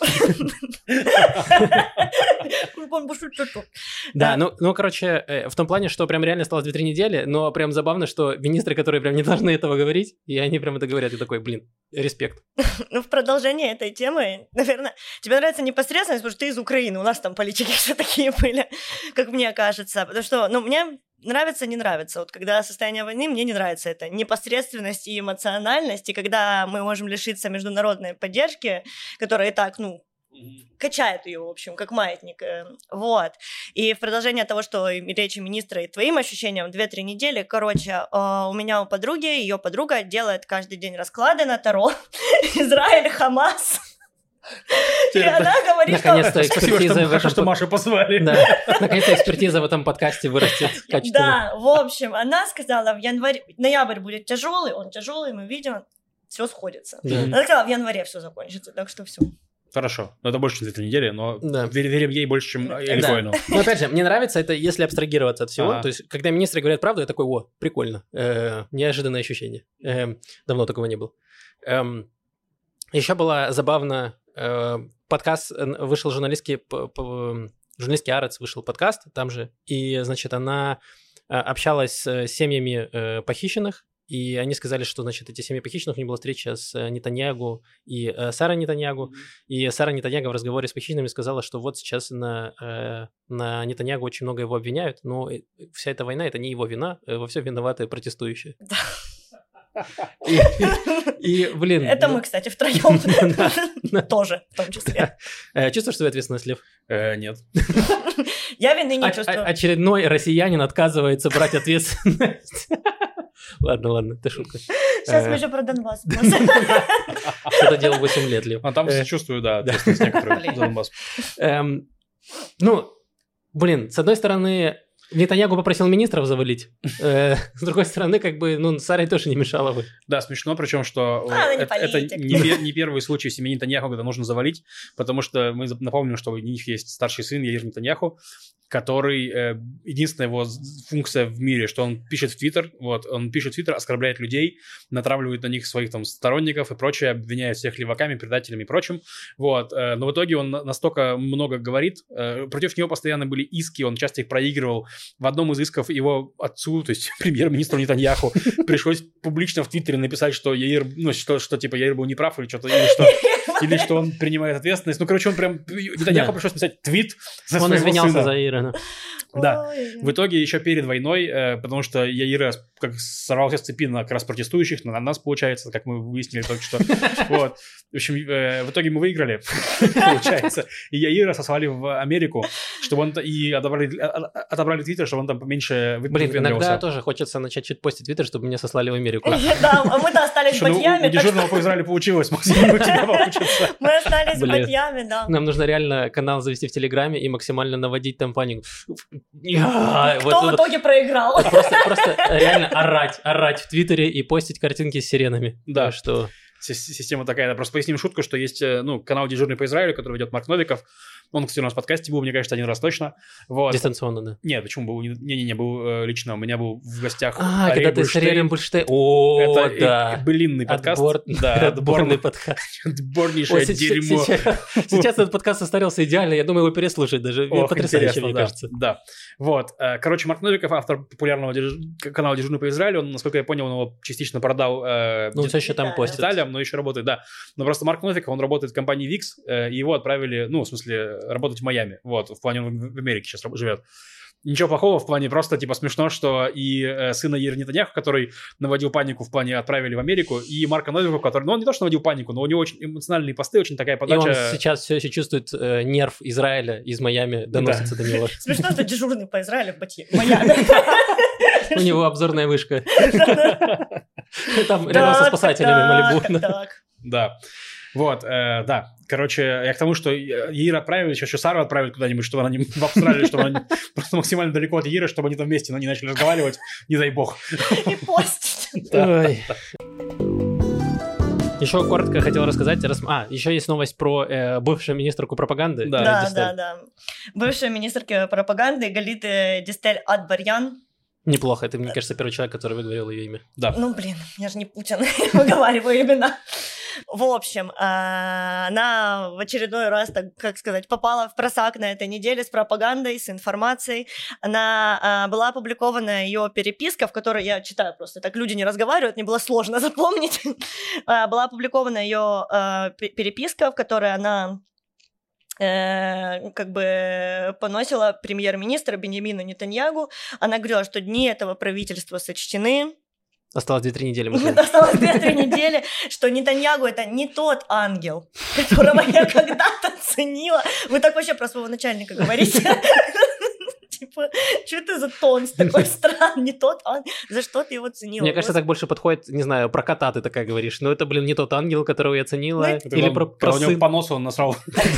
Да, в том плане, что прям реально осталось 2-3 недели, но прям забавно, что министры, которые прям не должны этого говорить, и они прям это говорят, и такой, респект. В продолжение этой темы, наверное, тебе нравится непосредственность, потому что ты из Украины, у нас там политики все такие были, как мне кажется, потому что, мне нравится, не нравится. Когда состояние войны, мне не нравится это непосредственность и эмоциональность, и когда мы можем лишиться международной поддержки, которая и так, качает ее, в общем, как маятник. И в продолжение того, что речи министра и твоим ощущениям, 2-3 недели, у меня у подруги, ее подруга делает каждый день расклады на Таро. Израиль, Хамас. И она говорит, наконец-то экспертиза в этом... что Машу позвали. Да, наконец-то экспертиза в этом подкасте вырастет качественно. Да, в общем, она сказала, ноябрь будет тяжелый, он тяжелый, мы видим, все сходится. Она сказала, в январе все закончится, так что все. Хорошо, но это больше, чем 2 недели, но верим ей больше, чем Элькоину. Но опять же, мне нравится это, если абстрагироваться от всего. То есть, когда министры говорят правду, я такой, прикольно, неожиданное ощущение. Давно такого не было. Еще было забавно, подкаст вышел журналистский Арец, вышел подкаст там же, и, значит, она общалась с семьями похищенных, и они сказали, что, значит, эти семьи похищенных, у них была встреча с Нетаньягу и Сарой Нетаньягу, и Сара Нетаньягу в разговоре с похищенными сказала, что вот сейчас на Нетаньягу очень много его обвиняют, но вся эта война – это не его вина, во всем виноваты протестующие. Это мы, кстати, втроем тоже, в том числе. Чувствуешь свою ответственность, Лев? Нет. Я вины не чувствую. Очередной россиянин отказывается брать ответственность. Ладно, это шутка. Сейчас мы еще про Донбасс. Что-то делал 8 лет, Лев. А там сочувствую, да, ответственность некоторую за Донбасс. С одной стороны, Нетаньягу попросил министров завалить. С другой стороны, Саре тоже не мешало бы. Да, смешно, причем, что это не первый случай в семье Нетаньяху, когда нужно завалить, потому что мы напомним, что у них есть старший сын Яир Нетаньяху, который, единственная его функция в мире, что он пишет в Твиттер, он пишет в Твиттер, оскорбляет людей, натравливает на них своих там сторонников и прочее, обвиняет всех леваками, предателями и прочим, но в итоге он настолько много говорит, против него постоянно были иски, он часто их проигрывал. В одном из исков его отцу, то есть премьер-министру Нетаньяху, пришлось публично в Твиттере написать, что Яир, Яир был неправ или что-то, или что... или что он принимает ответственность. Ну, короче, он прям... Нетаньяху пришлось писать твит за Он извинялся за Яира. Да, в итоге еще перед войной, потому что Яира как сорвался с цепи как раз протестующих, на нас, получается, как мы выяснили только что. Вот. В общем, в итоге мы выиграли, получается. И Яира сослали в Америку, чтобы он... И отобрали Твиттер, чтобы он там поменьше выпендривался. Блин, иногда тоже хочется начать чуть постить Твиттер, чтобы меня сослали в Америку. Да, а мы-то остались с батьями. У дежурного по Израилю получилось, Максим, у тебя получится. Мы остались с батьями, да. Нам нужно реально канал завести в Телеграме и максимально наводить там панику. Кто в итоге проиграл? Просто реально орать в Твиттере и постить картинки с сиренами. Да, что... Система такая. Просто поясним шутку, что есть канал «Дежурный по Израилю», который ведет Марк Новиков. Он, кстати, у нас в подкасте был, мне кажется, один раз точно. Вот. Дистанционно, да? Нет, почему был? Не был лично. У меня был в гостях когда ты с Ариэлем Бульштейн. Это да. былинный подкаст. Отборный подкаст. Отборнейшее дерьмо. Сейчас этот подкаст состарился идеально. Я думаю, его переслушать даже. Потрясающе, мне кажется. Да. Вот. Короче, Марк Новиков, автор популярного канала «Дежурный по Израилю», он, насколько я понял, он его частично продал все еще там постит. деталям, но еще работает, да. Но просто Марк Новиков, он работает в компании VIX, и его отправили, в смысле, работать в Майами. Вот, в плане он в Америке сейчас живет. Ничего плохого в плане, просто типа смешно, что и сына Яира Нетаньяху, который наводил панику в плане отправили в Америку, и Марка Новикова, который, он не то что наводил панику, но у него очень эмоциональные посты, очень такая подача. И он сейчас все еще чувствует нерв Израиля из Майами, доносится до него. Смешно, что дежурный по Израилю в Майами. У него обзорная вышка. Там рядом со спасателями Малибу. Да. Вот, да. Короче, я к тому, что Яира отправили, еще Сару отправили куда-нибудь, чтобы она не в Австралию, чтобы она просто максимально далеко от Яира, чтобы они там вместе не начали разговаривать, не дай бог. И постить. Еще коротко хотел рассказать. Еще есть новость про бывшую министрку пропаганды. Да. Бывшая министрка пропаганды Галит Дистель Атбарян. Неплохо. Это, мне кажется, первый человек, который выговорил ее имя. Да. Ну, блин, я же не Путин, выговариваю имена. В общем, она в очередной раз, так как сказать, попала в просак на этой неделе с пропагандой, с информацией. Была опубликована ее переписка, в которой я читаю просто, так люди не разговаривают, мне было сложно запомнить. Была опубликована ее переписка, в которой она как бы поносила премьер-министра Беньямина Нетаньягу. Она говорила, что дни этого правительства сочтены. Осталось 2-3 недели. Осталось 2-3 недели, что Нетаньягу это не тот ангел, которого я когда-то ценила. Вы так вообще про своего начальника говорите? Типа, что это за тон такой странный, не тот ангел, за что ты его ценила? Мне кажется, так больше подходит, не знаю, про кота ты такая говоришь, но это, блин, не тот ангел, которого я ценила, или про у него по носу он насрал.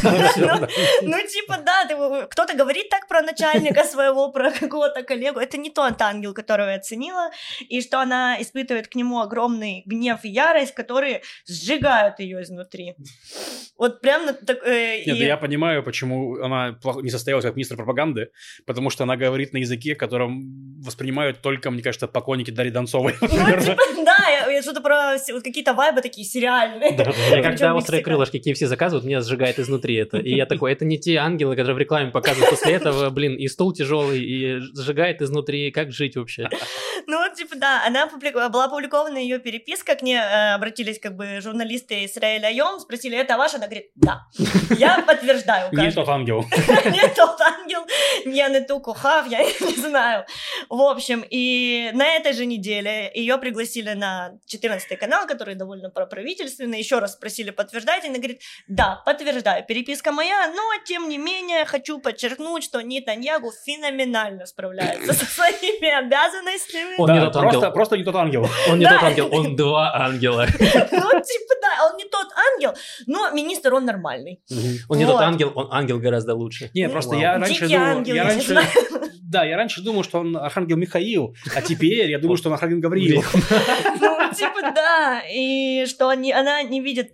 Ну, типа, да, кто-то говорит так про начальника своего, про какого-то коллегу, это не тот ангел, которого я ценила, и что она испытывает к нему огромный гнев и ярость, которые сжигают ее изнутри. Вот прям... Нет, я понимаю, почему она не состоялась как министр пропаганды, потому что она говорит на языке, которым воспринимают только, мне кажется, поклонники Дарьи Донцовой. Ну, типа, да, я что-то про какие-то вайбы такие сериальные. Я когда острые крылышки KFC заказывают, меня сжигает изнутри это. И я такой, это не те ангелы, которые в рекламе показывают после этого, блин, и стул тяжелый, и сжигает изнутри, как жить вообще? Ну, типа, да, была опубликована ее переписка, к ней обратились как бы журналисты Исраэль Айом, спросили, это ваша? Она говорит, да. Я подтверждаю. Не тот ангел. Не тот ангел, не тот кухав, я не знаю. В общем, и на этой же неделе ее пригласили на 14 канал, который довольно проправительственный, еще раз спросили, подтверждаете? Она говорит, да, подтверждаю, переписка моя, но тем не менее хочу подчеркнуть, что Нетаньягу феноменально справляется со своими обязанностями. Он не тот ангел. Просто не тот ангел. Он не тот ангел, он два ангела. Ну, типа, да, он не тот ангел, но министр он нормальный. Он не тот ангел, он ангел гораздо лучше. Нет, просто я раньше думал... Да, я раньше думал, что он архангел Михаил, а теперь я думаю, что он архангел Гавриил. Ну, типа, да, и что она не видит...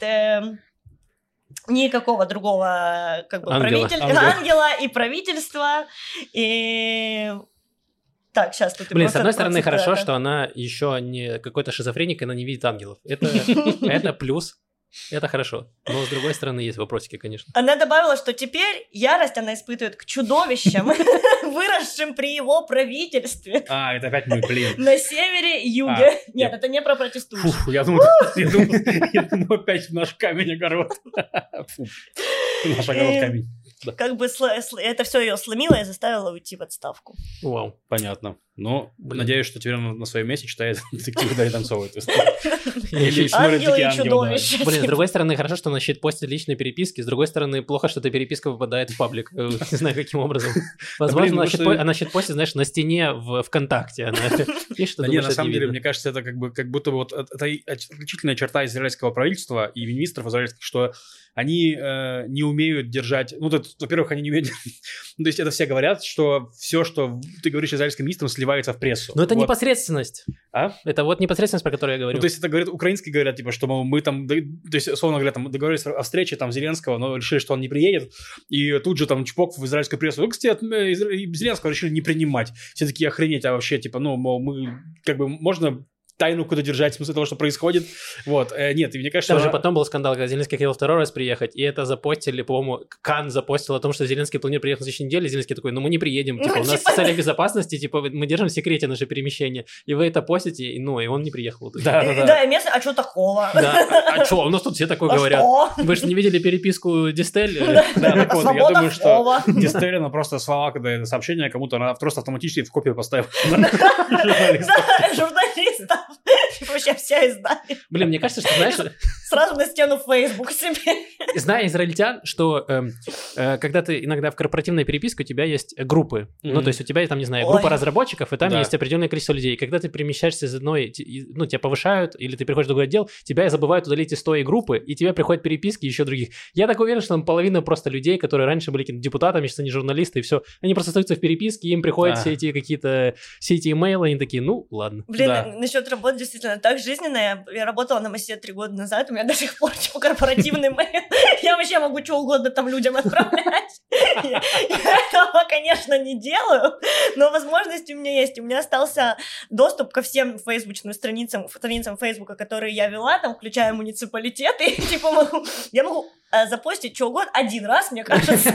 никакого другого как бы ангела и правительства, и... Так, сейчас тут... Блин, с одной стороны, хорошо, что она еще не какой-то шизофреник, она не видит ангелов. Это плюс. Это хорошо. Но, с другой стороны, есть вопросики, конечно. Она добавила, что теперь ярость она испытывает к чудовищам, выросшим при его правительстве. Это опять мы, блин. На севере и юге. Нет, это не про протестующих. Фу, я думаю, опять наш камень-огород. Наш огород-камень. Как бы это все ее сломило и заставило уйти в отставку. Вау. Понятно. Ну, надеюсь, что теперь на своем месте читает детективы Дарьи Танцовой. Ангелы и чудовища. Блин, с другой стороны, хорошо, что она постит личные переписки, с другой стороны, плохо, что эта переписка выпадает в паблик. Не знаю, каким образом. Возможно, она щитпостит, знаешь, на стене в ВКонтакте. Да нет, на самом деле, мне кажется, это как будто вот это отличительная черта израильского правительства и министров израильских, что они не умеют держать... Ну, во-первых, они не умеют... То есть это все говорят, что все, что ты говоришь израильским министрам, сливается в прессу. Но это непосредственность. Это вот непосредственность, про которую я говорю. Ну, то есть это говорят, украинские говорят, типа, что мы там... То есть, условно говоря, там договорились о встрече там Зеленского, но решили, что он не приедет. И тут же там чпок в израильскую прессу. Ну, кстати, Зеленского решили не принимать. Все такие охренеть, а вообще, типа, ну, мол, мы как бы можно... тайну куда держать, в смысле того, что происходит. Вот, нет, и мне кажется... Там же потом был скандал, когда Зеленский хотел второй раз приехать, и это запостили, по-моему, Кан запостил о том, что Зеленский планирует приехать на следующей неделе, Зеленский такой, ну мы не приедем, типа, у нас в целях безопасности, типа, мы держим в секрете наше перемещение, и вы это постите, и он не приехал. Да, и место, а что такого? Да, а что, у нас тут все такое говорят. Вы же не видели переписку Дистель? Да, так вот, я думаю, что Дистель, она просто слова, когда это сообщение кому-то, она просто автоматически в копию поставила. Журналистов. Вообще вся издание. Блин, мне кажется, что, знаешь... Сразу на стену Facebook себе. Зная израильтян, что когда ты иногда в корпоративной переписке, у тебя есть группы. Ну, то есть у тебя, там, не знаю, группа разработчиков, и там есть определенное количество людей. И когда ты перемещаешься из одной, ну, тебя повышают, или ты приходишь в другой отдел, тебя забывают удалить из той группы, и тебе приходят переписки еще других. Я так уверен, что там половина просто людей, которые раньше были депутатами, сейчас они журналисты, и все. Они просто остаются в переписке, им приходят все эти какие-то, все эти имейлы, они такие, ну, ладно. Блин, насчет работы действительно так жизненно. Я работала на Массе 3 года назад, у меня до сих пор типа корпоративный мейл. Я вообще могу что угодно там людям отправлять. Я этого, конечно, не делаю, но возможности у меня есть. У меня остался доступ ко всем фейсбучным страницам Фейсбука, которые я вела, там, включая муниципалитеты. Типа я могу запостить что угодно один раз, мне кажется.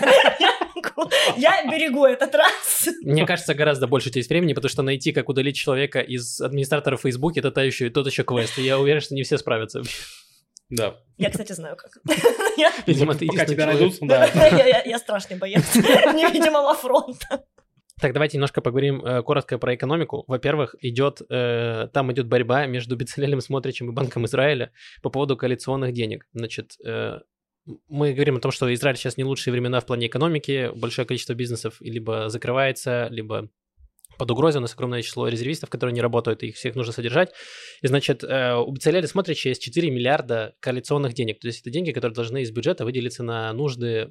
Я берегу этот раз. Мне кажется, гораздо больше у тебя есть времени, потому что найти, как удалить человека из администратора Фейсбука, это тот еще квест. И я уверен, что не все справятся. Да. Я, кстати, знаю, как. Видимо, ты пока тебя найдут, да. Я страшный боец невидимого фронта. Так, давайте немножко поговорим коротко про экономику. Во-первых, там идет борьба между Бецалелем Смотричем и Банком Израиля по поводу коалиционных денег. Значит, мы говорим о том, что Израиль сейчас не лучшие времена в плане экономики, большое количество бизнесов либо закрывается, либо под угрозой, у нас огромное число резервистов, которые не работают, и их всех нужно содержать. И, значит, у Бецалеля Смотрича есть 4 миллиарда коалиционных денег, то есть это деньги, которые должны из бюджета выделиться на нужды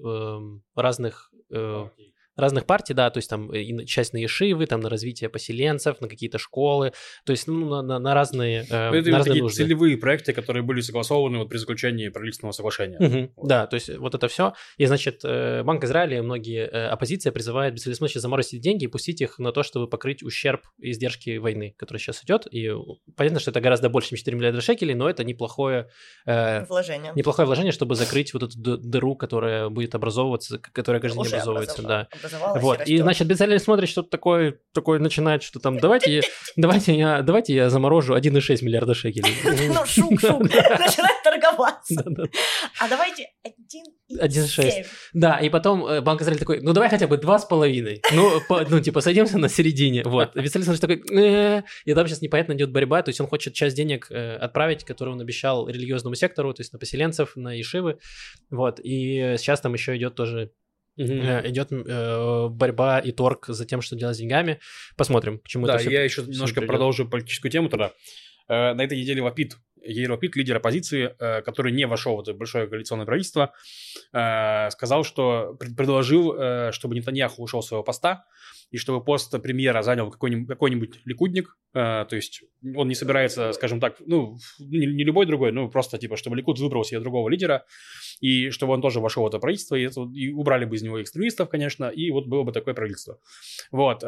разных партий, да, то есть там часть на ешивы, там на развитие поселенцев, на какие-то школы, то есть на разные, это такие нужды. Целевые проекты, которые были согласованы вот при заключении правительственного соглашения. Вот. Да, то есть вот это все. И, значит, Банк Израиля и многие оппозиция призывают Бецалеля Смотрича заморозить деньги и пустить их на то, чтобы покрыть ущерб и издержки войны, которая сейчас идет. И понятно, что это гораздо больше, чем 4 миллиарда шекелей, но это неплохое вложение, чтобы закрыть вот эту дыру, которая будет образовываться, которая каждый день образовывается. Да. Вот, и, значит, Бецалель смотрит, что-то такое начинает, что там, давайте я заморожу 1,6 миллиарда шекелей. Ну, шук, начинает торговаться. А давайте 1,7. Да, и потом Банк Израиля такой, ну, давай хотя бы 2,5. Ну, типа, сойдемся на середине. Вот, Бецалель смотрит такой, и там сейчас непонятно идет борьба, то есть он хочет часть денег отправить, которую он обещал религиозному сектору, то есть на поселенцев, на ешивы, вот, и сейчас там еще идет тоже идет борьба и торг за тем, что делать с деньгами. Посмотрим, к чему это все. Да, я еще немножко продолжу политическую тему тогда. На этой неделе Яир Лапид, лидер оппозиции, который не вошел в это большое коалиционное правительство, сказал, что предложил, чтобы Нетаньяху ушел с своего поста, и чтобы пост премьера занял какой-нибудь ликудник, то есть он не собирается, скажем так, ну, не любой другой, ну, просто типа, чтобы Ликуд выбрал себе другого лидера, и чтобы он тоже вошел в это правительство, и убрали бы из него экстремистов, конечно, и вот было бы такое правительство. Вот.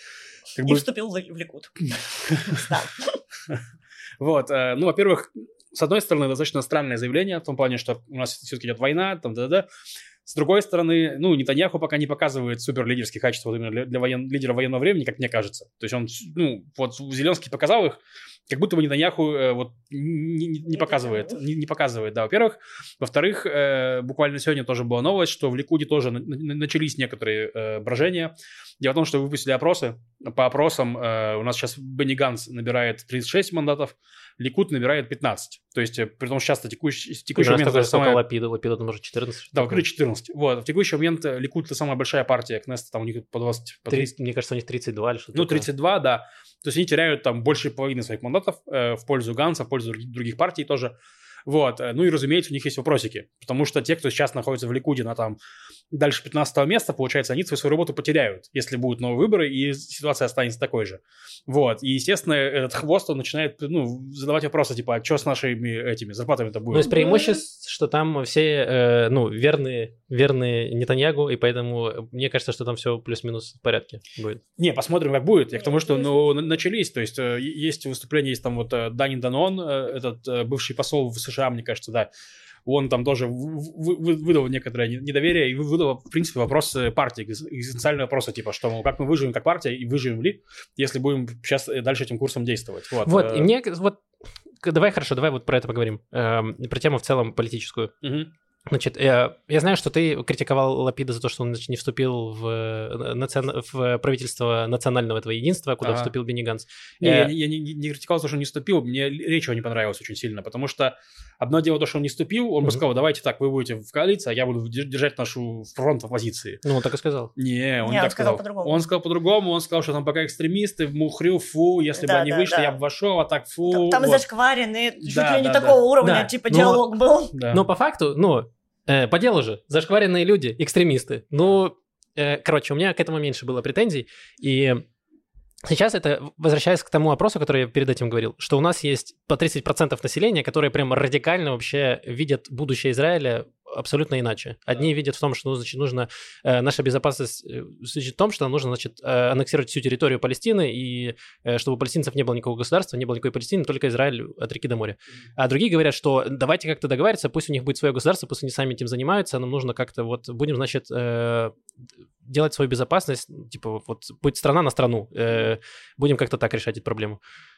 И вступил в Ликуд. Вот, ну, во-первых, с одной стороны, достаточно странное заявление в том плане, что у нас все-таки идет война, там, да-да-да. С другой стороны, ну, Нетаньяху пока не показывает супер лидерские качества вот именно для лидера военного времени, как мне кажется. То есть он, ну, вот Зеленский показал их, как будто бы Нетаньяху вот не показывает. Не показывает, да, во-первых. Во-вторых, буквально сегодня тоже была новость, что в Ликуде тоже начались некоторые брожения. Дело в том, что выпустили опросы. По опросам у нас сейчас Бенни Ганс набирает 36 мандатов, Ликуд набирает 15. То есть, при том, что часто текущий момент... У нас самая... Лапида может 14. Да, в 14. Вот. В текущий момент Ликуд — это самая большая партия, Кнессет, там у них по 20... По 30, мне кажется, у них 32 или что-то. Ну, 32, да. То есть они теряют там больше половины своих мандатов в пользу Ганса, в пользу других партий тоже. Вот. Ну и, разумеется, у них есть вопросики. Потому что те, кто сейчас находится в Ликуде на там дальше 15 места, получается, они свою работу потеряют, если будут новые выборы, и ситуация останется такой же. Вот. И, естественно, этот хвост, он начинает, ну, задавать вопросы, типа, а что с нашими этими зарплатами-то будет? Ну, из преимуществ, что там все, ну, верные Нетаньягу, и поэтому мне кажется, что там все плюс-минус в порядке будет. Не, посмотрим, как будет. Я к тому, что, ну, начались. То есть есть выступление, есть там вот Дани Данон, этот бывший посол в США, мне кажется, да, он там тоже выдал некоторое недоверие и выдал, в принципе, вопросы партии, экзистенциальные вопросы, типа, что, мол, как мы выживем как партия и выживем ли, если будем сейчас дальше этим курсом действовать. Вот, и мне, вот, давай вот про это поговорим, про тему в целом политическую. Угу. Значит, я знаю, что ты критиковал Лапида за то, что он, значит, не вступил в правительство национального этого единства, куда вступил Бенни Ганс. Я не критиковал то, что он не вступил, мне речь его не понравилась очень сильно, потому что одно дело то, что он не вступил, он бы сказал, давайте так, вы будете в коалиции, а я буду держать нашу фронт в оппозиции. Ну, он так и сказал. Не, он не так сказал. Он сказал по-другому, он сказал, что там пока экстремисты, мухрю, фу, если бы они вышли, я бы вошел, а так фу. Там зашкваренные, чуть ли не такого уровня, типа, диалог был. Но по факту, по делу же, зашкваренные люди, экстремисты. Ну, короче, у меня к этому меньше было претензий. И сейчас это, возвращаясь к тому опросу, который я перед этим говорил, что у нас есть по 30% населения, которые прям радикально вообще видят будущее Израиля абсолютно иначе. Одни видят в том, что, значит, нужно наша безопасность в том, что нужно, значит, аннексировать всю территорию Палестины, и чтобы у палестинцев не было никакого государства, не было никакой Палестины, только Израиль от реки до моря. А другие говорят, что давайте как-то договариваться, пусть у них будет свое государство, пусть они сами этим занимаются, нам нужно как-то вот, будем, значит, делать свою безопасность, типа вот будет страна на страну, будем как-то так решать эту проблему.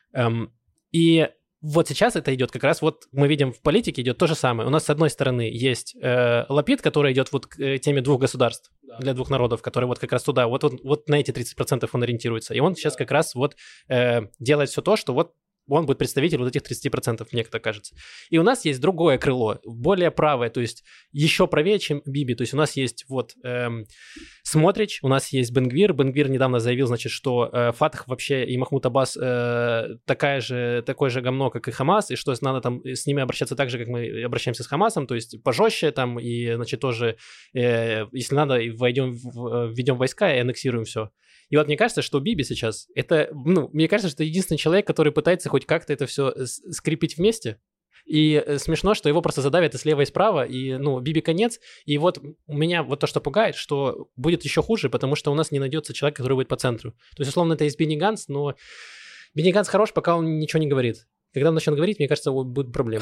И вот сейчас это идет как раз, вот мы видим в политике идет то же самое. У нас с одной стороны есть Лапид, который идет вот к теме двух государств, для двух народов, которые вот как раз туда, вот на эти 30% он ориентируется. И он сейчас как раз вот делает все то, что вот он будет представитель вот этих 30%, мне так кажется. И у нас есть другое крыло, более правое, то есть еще правее, чем Биби. То есть у нас есть вот Смотрич, у нас есть Бен-Гвир. Бен-Гвир недавно заявил, значит, что Фатах вообще и Махмуд Аббас такое же говно, как и Хамас, и что надо там с ними обращаться так же, как мы обращаемся с Хамасом, то есть пожестче там, и, значит, тоже, если надо, введем войска и аннексируем все. И вот мне кажется, что Биби сейчас, это, мне кажется, что это единственный человек, который пытается хоть как-то это все скрепить вместе. И смешно, что его просто задавят и слева, и справа, и, Биби конец. И вот меня вот то, что пугает, что будет еще хуже, потому что у нас не найдется человек, который будет по центру. То есть, условно, это есть Бенни Ганс, но Бенни Ганс хорош, пока он ничего не говорит. Когда он начнет говорить, мне кажется, будут проблемы.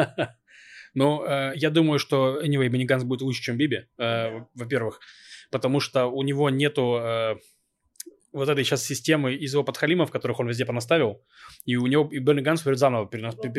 Ну, я думаю, что, Бенни Ганс будет лучше, чем Биби, во-первых, потому что у него нету вот этой сейчас системы из его подхалимов, которых он везде понаставил, и у него и Бенни Ганс придет заново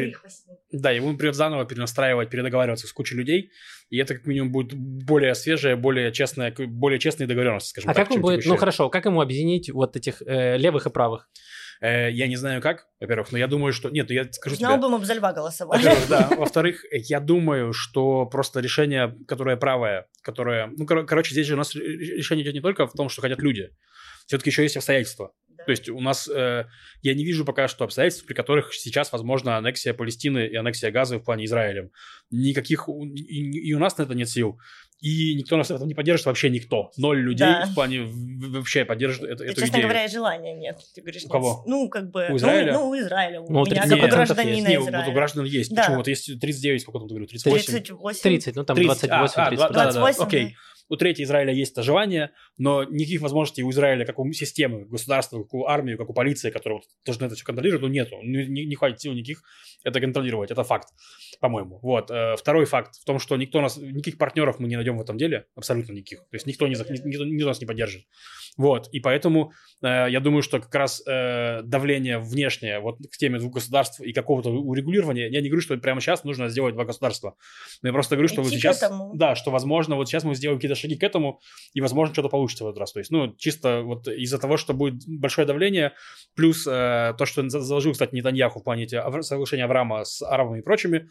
ему придет заново перенастраивать, передоговариваться с кучей людей, и это как минимум будет более свежая, более честные договоренности, скажем так. А как он будет, как ему объединить вот этих левых и правых? Я не знаю как, во-первых, но я думаю, что... Нет, я скажу тебе... Знал бы, мы бы за льва голосовали. Во-первых, да. Во-вторых, я думаю, что просто решение, которое правое, которое... здесь же у нас решение идет не только в том, что хотят люди. Все-таки еще есть обстоятельства. Да. То есть у нас... я не вижу пока что обстоятельств, при которых сейчас возможна аннексия Палестины и аннексия Газы в плане Израилем. Никаких... И у нас на это нет сил. И никто нас в этом не поддержит, вообще никто. 0 людей в плане вообще поддержит эту идею. Честно говоря, желания нет. Ты говоришь, у кого? У Израиля? У Израиля. У меня как гражданина Израиля. Вот у граждан есть. Да. Почему? Вот есть 39, сколько там ты говорил? 38? 38. 30, там 28, 30. 28, окей. у третьей Израиля есть это желание, но никаких возможностей у Израиля, как у системы, государства, как у армии, как у полиции, которые должны это все контролировать, нету. Не хватит сил никаких это контролировать. Это факт, по-моему. Вот. Второй факт в том, что никаких партнеров мы не найдем в этом деле, абсолютно никаких. То есть никто нас не поддержит. Вот. И поэтому я думаю, что как раз давление внешнее вот к теме двух государств и какого-то урегулирования, я не говорю, что прямо сейчас нужно сделать два государства. Но я просто говорю, что вот сейчас, да, что возможно, вот сейчас мы сделаем какие-то шаги к этому, и возможно что-то получится в этот раз. То есть, чисто вот из-за того, что будет большое давление, плюс то, что заложил, кстати, Нетаньяху в плане соглашения Авраама с арабами и прочими,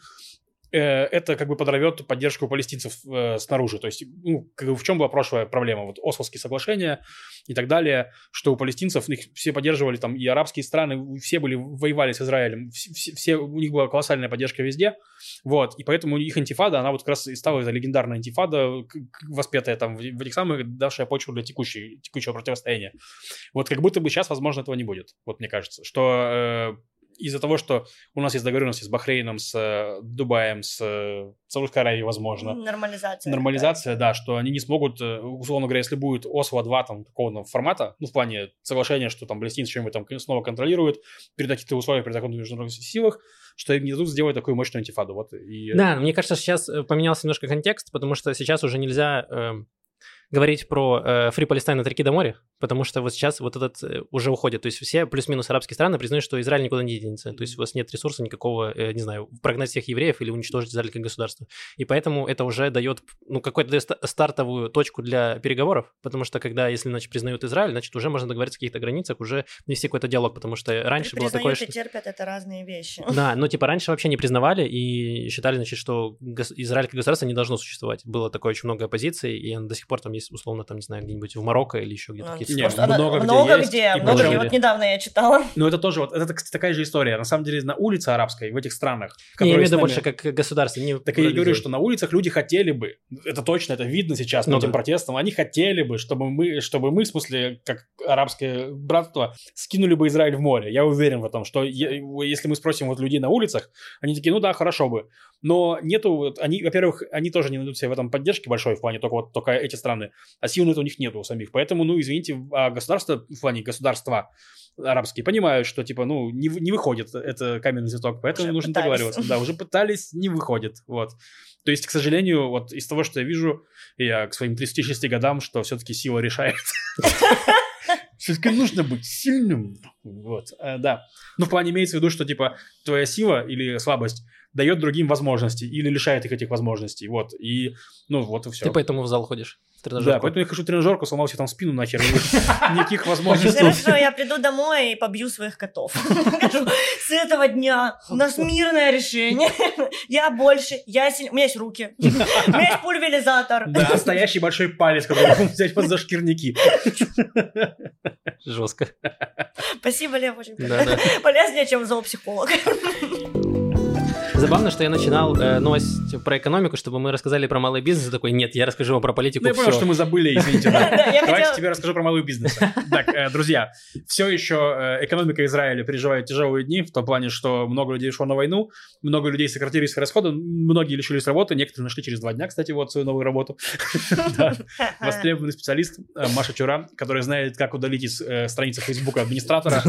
это как бы подорвет поддержку палестинцев снаружи. То есть, в чем была прошлая проблема? Вот Ословские соглашения и так далее, что у палестинцев их все поддерживали, там и арабские страны, все воевали с Израилем, все, у них была колоссальная поддержка везде, вот, и поэтому их интифада, она вот как раз и стала эта легендарная интифада, воспетая там в этих самых, давшая почву для текущего противостояния. Вот как будто бы сейчас, возможно, этого не будет, вот мне кажется, что из-за того, что у нас есть договоренности с Бахрейном, с Дубаем, с Саудовской Аравией, возможно. Нормализация, да, что они не смогут, условно говоря, если будет Осло-2 там такого формата, в плане соглашения, что там палестинцы что-нибудь там снова контролируют, при таких условиях, при таких международных силах, что им не дадут сделать такую мощную интифаду. Вот, Да, мне кажется, сейчас поменялся немножко контекст, потому что сейчас уже нельзя говорить про Free Palestine от реки до моря, потому что вот сейчас вот этот уже уходит. То есть все плюс-минус арабские страны признают, что Израиль никуда не денется. То есть у вас нет ресурса никакого, не знаю, прогнать всех евреев или уничтожить Израиль как государство. И поэтому это уже дает, какую-то стартовую точку для переговоров, потому что когда, если, признают Израиль, значит, уже можно договориться о каких-то границах, уже вести какой-то диалог, потому что раньше было такое, что... Признают и терпят, это разные вещи. Да, раньше вообще не признавали и считали, значит, что Израиль как государство не должно существовать. Было такое очень много оппозиций, и до сих пор там есть, условно, там, не знаю, где-нибудь в Марокко или еще где-то. Много где. Вот недавно я читала. Но это тоже, вот, это, кстати, такая же история. На самом деле, на улице арабской, в этих странах... Я имею в виду больше как государство. Так я и говорю, что на улицах люди хотели бы, это точно, это видно сейчас по этим протестам, они хотели бы, чтобы мы, в смысле, как арабское братство, скинули бы Израиль в море. Я уверен в этом, что если мы спросим вот людей на улицах, они такие, да, хорошо бы. Но нету, во-первых, они тоже не найдут себе в этом поддержки большой в плане только эти страны, а сил на это у них нету у самих. Поэтому, извините, государства, в плане государства арабские понимают, что, не выходит это каменный цветок, поэтому уже нужно договариваться. Да, уже пытались, не выходит, вот. То есть, к сожалению, вот из того, что я вижу, я к своим 36 годам, что все-таки сила решает. Все-таки нужно быть сильным. Вот, да. В плане имеется в виду, что, твоя сила или слабость дает другим возможности или лишает их этих возможностей. Вот, и, вот и все. Ты поэтому в зал ходишь? Да, поэтому я хожу в тренажерку, сломал себе там спину нахер. Никаких возможностей. Хорошо, я приду домой и побью своих котов. Скажу, с этого дня у нас мирное решение. Я больше, я сильнее. У меня есть руки. У меня есть пульверизатор. Да, настоящий большой палец, который можно взять под зашкирники. Жестко. Спасибо, Лев, очень полезнее, чем зоопсихолог. Забавно, что я начинал новость про экономику, чтобы мы рассказали про малый бизнес. И такой, нет, я расскажу вам про политику. Я понял, что мы забыли, извините. Давайте тебе расскажу про малый бизнес. Так, друзья, все еще экономика Израиля переживает тяжелые дни, в том плане, что много людей ушло на войну, много людей сократили свои расходы, многие лишились работы, некоторые нашли через 2 дня, кстати, свою новую работу. Востребованный специалист Маша Чура, который знает, как удалить из страницы Фейсбука администратора.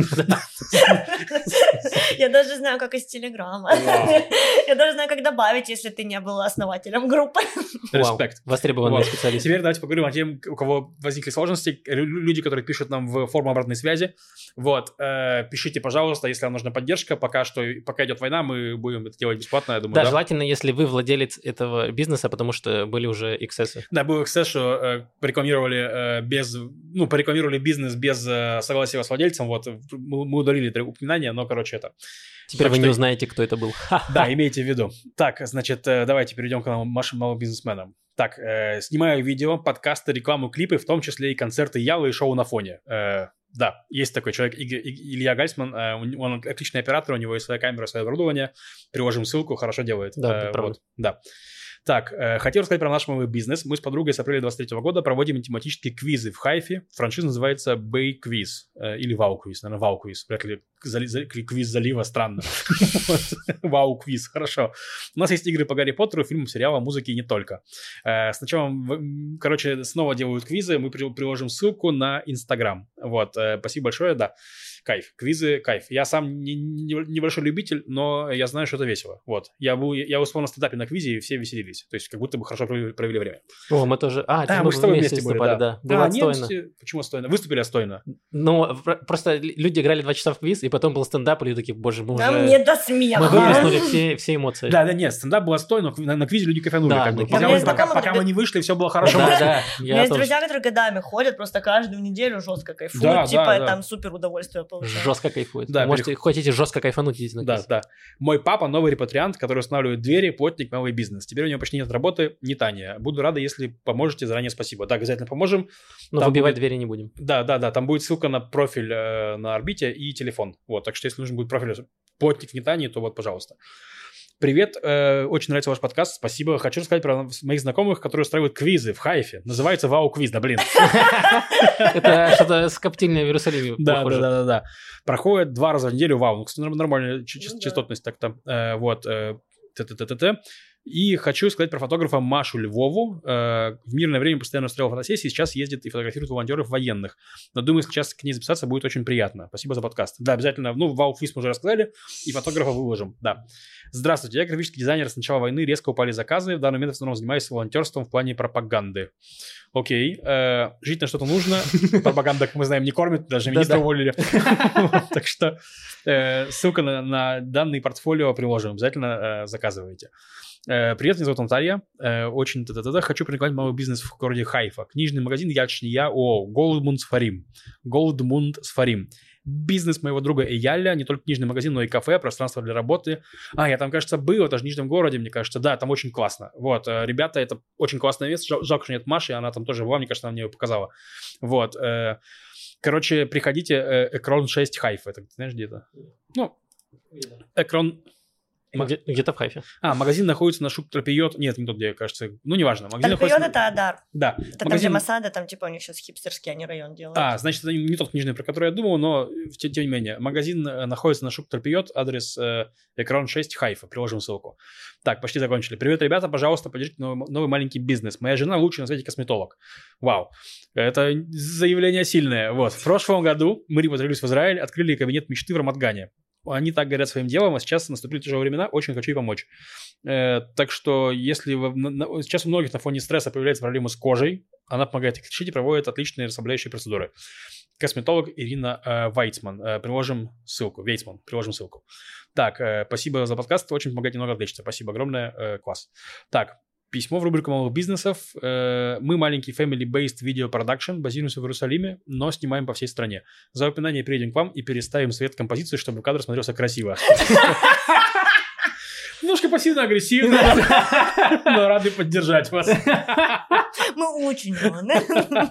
Я даже знаю, как из Телеграма. Я даже знаю, как добавить, если ты не был основателем группы. Респект. Востребованный специалист. Теперь давайте поговорим о тем, у кого возникли сложности. Люди, которые пишут нам в форму обратной связи. Вот. Пишите, пожалуйста, если вам нужна поддержка. Пока идет война, мы будем это делать бесплатно, я думаю. Да, желательно, если вы владелец этого бизнеса, потому что были уже эксцессы. Да, был эксцесс, что порекламировали бизнес без согласия с владельцем. Вот. Мы удалили это упоминание, но, это... Теперь вы не узнаете, кто это был. Да, имейте в виду. Так, значит, давайте перейдем к нашим малым бизнесменам. Так, снимаю видео, подкасты, рекламу, клипы, в том числе и концерты Явы и шоу на фоне. Да, есть такой человек, Илья Гальцман, он отличный оператор, у него есть своя камера, свое оборудование. Приложим ссылку, хорошо делает. Да, правда. Да. Так, хотел рассказать про наш новый бизнес. Мы с подругой с апреля 2023 года проводим тематические квизы в Хайфе. Франшиза называется Bay Quiz или Wow Quiz, наверное, Wow Quiz. Вряд ли квиз залива, странно. Вау-квиз, хорошо. У нас есть игры по Гарри Поттеру, фильмам, сериалам, музыке и не только. Сначала, короче, снова делают квизы, мы приложим ссылку на Инстаграм. Вот, спасибо большое, да. Кайф, квизы, кайф. Я сам небольшой любитель, но я знаю, что это весело. Вот. Я выступал на стендапе на квизе, и все веселились. То есть, как будто бы хорошо провели время. О, мы тоже... мы с тобой вместе были, да. Было отстойно. Почему отстойно? Выступили отстойно. Ну, просто люди играли 2 часа в квиз, и потом был стендап, и люди такие, боже, мы уже... мне до смеха. Мы выплеснули все эмоции. Да, нет, стендап был отстойно, но на квизе люди кайфанули. Да, пока мы не вышли, все было хорошо. Да, у меня есть друзья, которые годами ходят, просто каждую неделю жестко кайфуют. Там супер удовольствие получают. Жестко кайфуют. Да, можете, хотите жестко кайфануть, идите на квиз. Да. Мой папа новый репатриант, который устанавливает двери, плотник, малый бизнес. Теперь у него почти нет работы, не Таня. Буду рада, если поможете, заранее спасибо. Да, обязательно поможем. Но выбивать двери не будем. Да, там будет ссылка на профиль на орбите и телефон. Вот, так что если нужен будет профиль плотник не Тани, то вот, пожалуйста. Привет, очень нравится ваш подкаст, спасибо. Хочу рассказать про моих знакомых, которые устраивают квизы в Хайфе. Называется Вау-квиз, да блин. Это что-то с коптильней в Иерусалиме. Да. Проходит 2 раза в неделю, вау. Ну, кстати, нормальная частотность так-то. Вот, И хочу сказать про фотографа Машу Львову. В мирное время постоянно устраивал фотосессии, сейчас ездит и фотографирует волонтеров военных. Но думаю, сейчас к ней записаться будет очень приятно. Спасибо за подкаст. Да, обязательно. Ну, Вау-квиз мы уже рассказали, и фотографа выложим. Да. Здравствуйте, я графический дизайнер. С начала войны резко упали заказы. В данный момент в основном занимаюсь волонтерством в плане пропаганды. Окей. Жить на что-то нужно. Пропаганда, как мы знаем, не кормит. Даже министра уволили. Так что ссылка на данный портфолио приложим. Обязательно заказывайте. Привет, меня зовут Наталья. Очень хочу порекомендовать малый бизнес в городе Хайфа. Книжный магазин Ячния ООО Голдмунд Сфарим. Бизнес моего друга Эяля, не только книжный магазин, но и кафе, пространство для работы. Я там, кажется, был, это же в Нижнем городе, мне кажется. Да, там очень классно. Вот, ребята, это очень классное место. Жалко, что нет Маши, она там тоже была, мне кажется, она мне ее показала. Вот. Короче, приходите, Экрон 6 Хайфа. Это знаешь, где это? Ну, Экрон... Где-то в Хайфе. Магазин находится на Шук-Тропиот. Нет, не тот, где, кажется. Ну, неважно. Тропиот это Адар. Да. Это там, где Масада, там типа у них сейчас хипстерский, они район делают. Значит, это не тот книжный, про который я думал, но тем не менее. Магазин находится на Шук-Тропиот, адрес Экран 6 Хайфа. Приложим ссылку. Так, почти закончили. Привет, ребята, пожалуйста, поддержите новый маленький бизнес. Моя жена лучший на свете косметолог. Вау. Это заявление сильное. Вот. В прошлом году мы репатрировались в Израиль, открыли кабинет мечты в Рамат-Гане. Они так горят своим делом, а сейчас наступили тяжелые времена, очень хочу ей помочь. Так что, если сейчас у многих на фоне стресса появляются проблемы с кожей, она помогает их лечить и проводит отличные расслабляющие процедуры. Косметолог Ирина Вейцман. Приложим ссылку. Так, спасибо за подкаст, очень помогает немного отвлечься. Спасибо огромное, класс. Так, письмо в рубрику малых бизнесов. Мы маленький family-based video production, базируемся в Иерусалиме, но снимаем по всей стране. За упоминание перейдем к вам и переставим свет композиции, чтобы кадр смотрелся красиво. Немножко пассивно-агрессивно, но рады поддержать вас. Мы очень рады.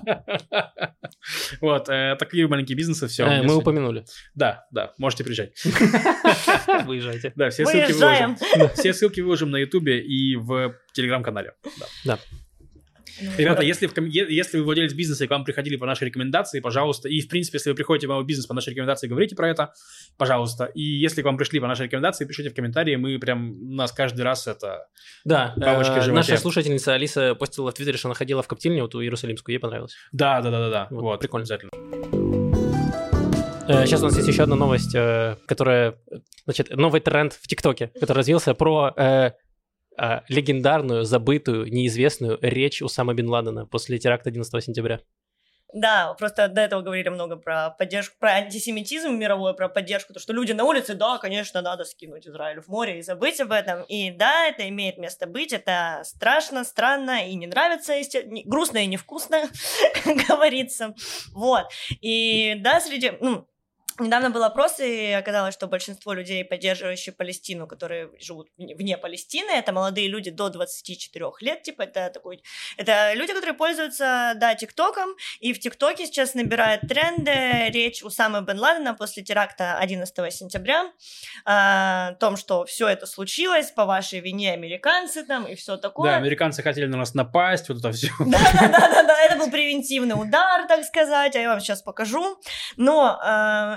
Вот, такие маленькие бизнесы, все. Мы упомянули. Да, можете приезжать. Выезжайте. Да, все ссылки выложим. Все ссылки выложим на Ютубе и в Телеграм-канале. Да. Ребята, если вы владелец бизнеса и к вам приходили по нашей рекомендации, пожалуйста, и в принципе, если вы приходите в мой бизнес по нашей рекомендации, говорите про это, пожалуйста. И если к вам пришли по нашей рекомендации, пишите в комментарии, мы прям, у нас каждый раз это... Да, наша слушательница Алиса постила в Твиттере, что она ходила в коптильню, вот у Иерусалимскую, ей понравилось. Да. Вот, прикольно. Обязательно. Сейчас у нас есть еще одна новость, которая, значит, новый тренд в ТикТоке, который развился про... легендарную, забытую, неизвестную речь Усама бен Ладена после теракта 11 сентября. Да, просто до этого говорили много про поддержку, про антисемитизм мировой, про поддержку, то, что люди на улице, да, конечно, надо скинуть Израиль в море и забыть об этом. И да, это имеет место быть, это страшно, странно и не нравится, грустно и невкусно, как говорится. Вот. И да, недавно был опрос, и оказалось, что большинство людей, поддерживающие Палестину, которые живут вне Палестины, это молодые люди до 24 лет, типа, это люди, которые пользуются, да, ТикТоком, и в ТикТоке сейчас набирает тренды речь Усамы бен Ладена после теракта 11 сентября, о том, что все это случилось по вашей вине, американцы там, и все такое. Да, американцы хотели на нас напасть, вот это все. Да, это был превентивный удар, так сказать, а я вам сейчас покажу, но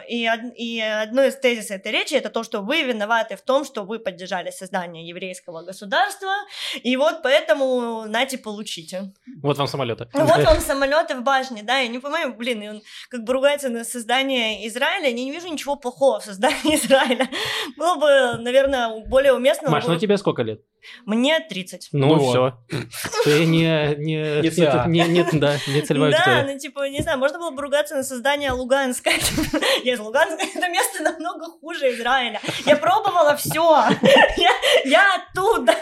и одно из тезисов этой речи — это то, что вы виноваты в том, что вы поддержали создание еврейского государства, и вот поэтому, нате, получите. Вот вам самолеты. Вот вам самолеты в башне, да, я не понимаю, блин, и он как бы ругается на создание Израиля, я не вижу ничего плохого в создании Израиля. Было бы, наверное, более уместно... Маш, ну тебе сколько лет? Мне 30. Ну все. Ты не целевая аудитория. Да, ну типа, не знаю, можно было бы ругаться на создание Луганска. Нет, Луганск — это место намного хуже Израиля. Я пробовала все. Я оттуда.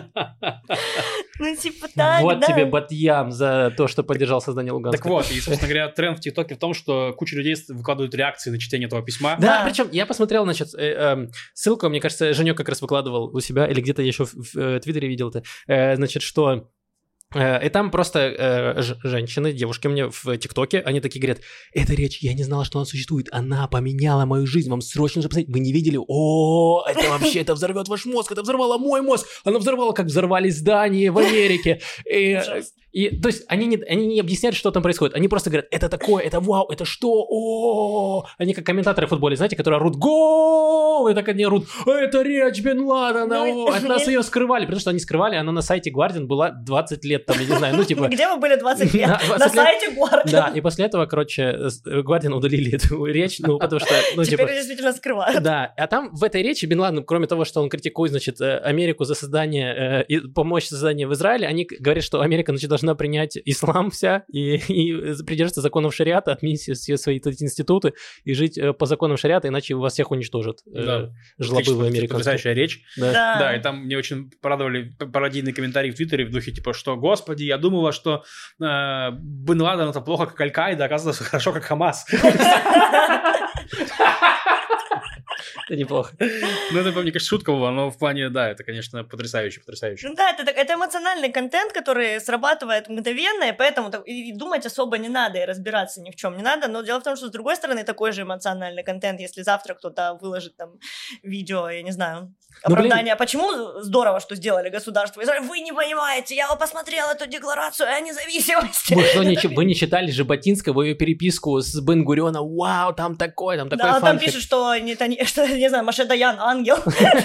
Ну типа так, вот тебе Батьям за то, что поддержал создание Луганска. Так вот, и, собственно говоря, тренд в ТикТоке в том, что куча людей выкладывают реакции на чтение этого письма. Да, причем я посмотрел, значит, ссылку, мне кажется, Женек как раз выкладывал у себя, или где-то я еще в Твиттере видел это, значит, что... И там просто женщины, девушки мне в ТикТоке, они такие говорят: эта речь, я не знала, что она существует, она поменяла мою жизнь, вам срочно нужно посмотреть, вы не видели? О, это вообще, это взорвет ваш мозг, это взорвало мой мозг, она взорвала, как взорвались здания в Америке. И то есть они не объясняют, что там происходит, они просто говорят: это такое, это вау, это что, о, они как комментаторы в футболе, знаете, которые орут гол, и так они орут: это речь Бен Ладена, от нас ее скрывали, потому что они скрывали, она на сайте Guardian была 20 лет, там, я не знаю, ну типа... Где вы были 20 лет? На сайте Guardian. Да, и после этого, короче, Guardian удалили эту речь, ну потому что... Теперь действительно скрывают. Да, а там в этой речи Бен Ладен, кроме того, что он критикует, значит, Америку за создание, помощь создания в Израиле, они говорят, что Америка, значит, должна принять ислам вся и придерживаться законов шариата, отменить все свои институты и жить по законам шариата, иначе вас всех уничтожат. Жлобы американские. Потрясающая речь. Да, и там мне очень порадовали пародийные комментарии в Твиттере в духе типа, что, господи, я думала, что Бен Ладен это плохо, как Аль-Каида, оказывается, хорошо, как Хамас. Это неплохо. Ну, это, мне кажется, шутка была, но в плане, да, это, конечно, потрясающе. Ну да, это эмоциональный контент, который срабатывает мгновенно, и поэтому и думать особо не надо, и разбираться ни в чем не надо, но дело в том, что, с другой стороны, такой же эмоциональный контент, если завтра кто-то выложит там видео, я не знаю, оправдание, почему здорово, что сделали государство Израиль, вы не понимаете, я посмотрел эту декларацию о независимости. Вы не читали Жаботинского, ее переписку с Бен-Гуриона, вау, там такой фанфик. Да, там пишет, что не знаю, Моше Даян ангел.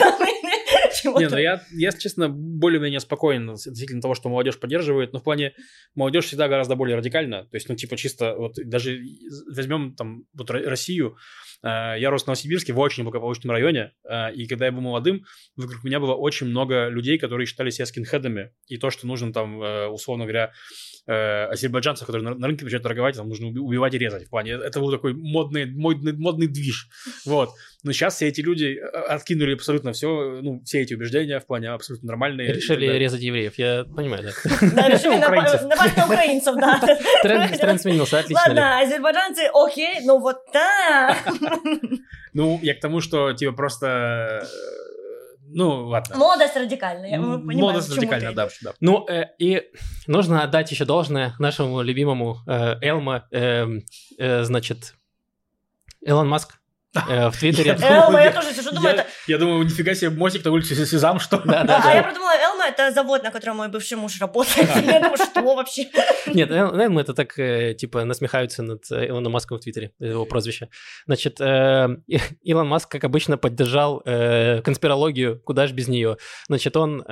Не, ну я, если честно, более-менее спокоен относительно того, что молодежь поддерживает, но в плане молодежь всегда гораздо более радикально, то есть, ну, типа, чисто, вот даже возьмем там вот Россию, я рос в Новосибирске, в очень благополучном районе, и когда я был молодым, вокруг меня было очень много людей, которые считали себя скинхедами, и то, что нужно там, условно говоря, азербайджанцев, которые на рынке начинают торговать, там нужно убивать и резать. В плане, это был такой модный движ. Вот. Но сейчас все эти люди откинули абсолютно все, ну, все эти убеждения в плане абсолютно нормальные. Решили резать евреев, я понимаю, да. Да, решили напасть на украинцев, да. Тренд сменился, отлично. Ладно, азербайджанцы, окей, ну вот так. Ну, я к тому, что, типа, просто... Ну, ладно. Молодость радикальная. Молодость радикальная, да. Ну, и нужно отдать еще должное нашему любимому Элма, значит, Илон Маск. В Твиттере. Элма, я тоже сижу, думаю, это... Я думаю, нифига себе, мостик на улице Сезам, что? А я подумала, Элма — это завод, на котором мой бывший муж работает. Я думаю, что вообще? Нет, Элма — это так, типа, насмехаются над Илоном Маском в Твиттере, его прозвище. Значит, Илон Маск, как обычно, поддержал конспирологию, куда ж без нее. Значит, он...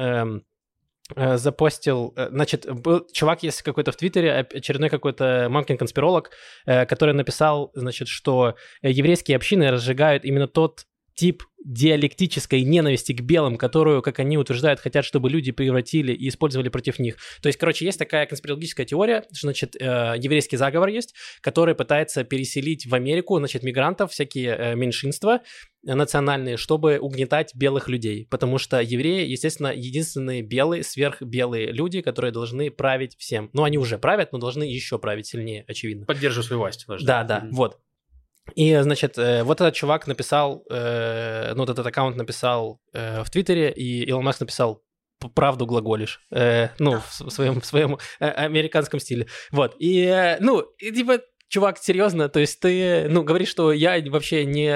запостил, значит, был чувак есть какой-то в Твиттере, очередной какой-то мамкин конспиролог, который написал, значит, что еврейские общины разжигают именно тот тип диалектической ненависти к белым, которую, как они утверждают, хотят, чтобы люди превратили и использовали против них. То есть, короче, есть такая конспирологическая теория, что, значит, еврейский заговор есть, который пытается переселить в Америку, значит, мигрантов, всякие меньшинства национальные, чтобы угнетать белых людей, потому что евреи, естественно, единственные белые, сверхбелые люди, которые должны править всем. Ну, они уже правят, но должны еще править сильнее, очевидно. Поддерживать свою власть. Да, вот. И, значит, вот этот чувак написал, ну, вот этот аккаунт написал в Твиттере, и Илон Маск написал: правду глаголишь, ну, в своем американском стиле. Вот, и, ну, и, типа, чувак, серьезно, то есть ты, ну, говоришь, что я вообще не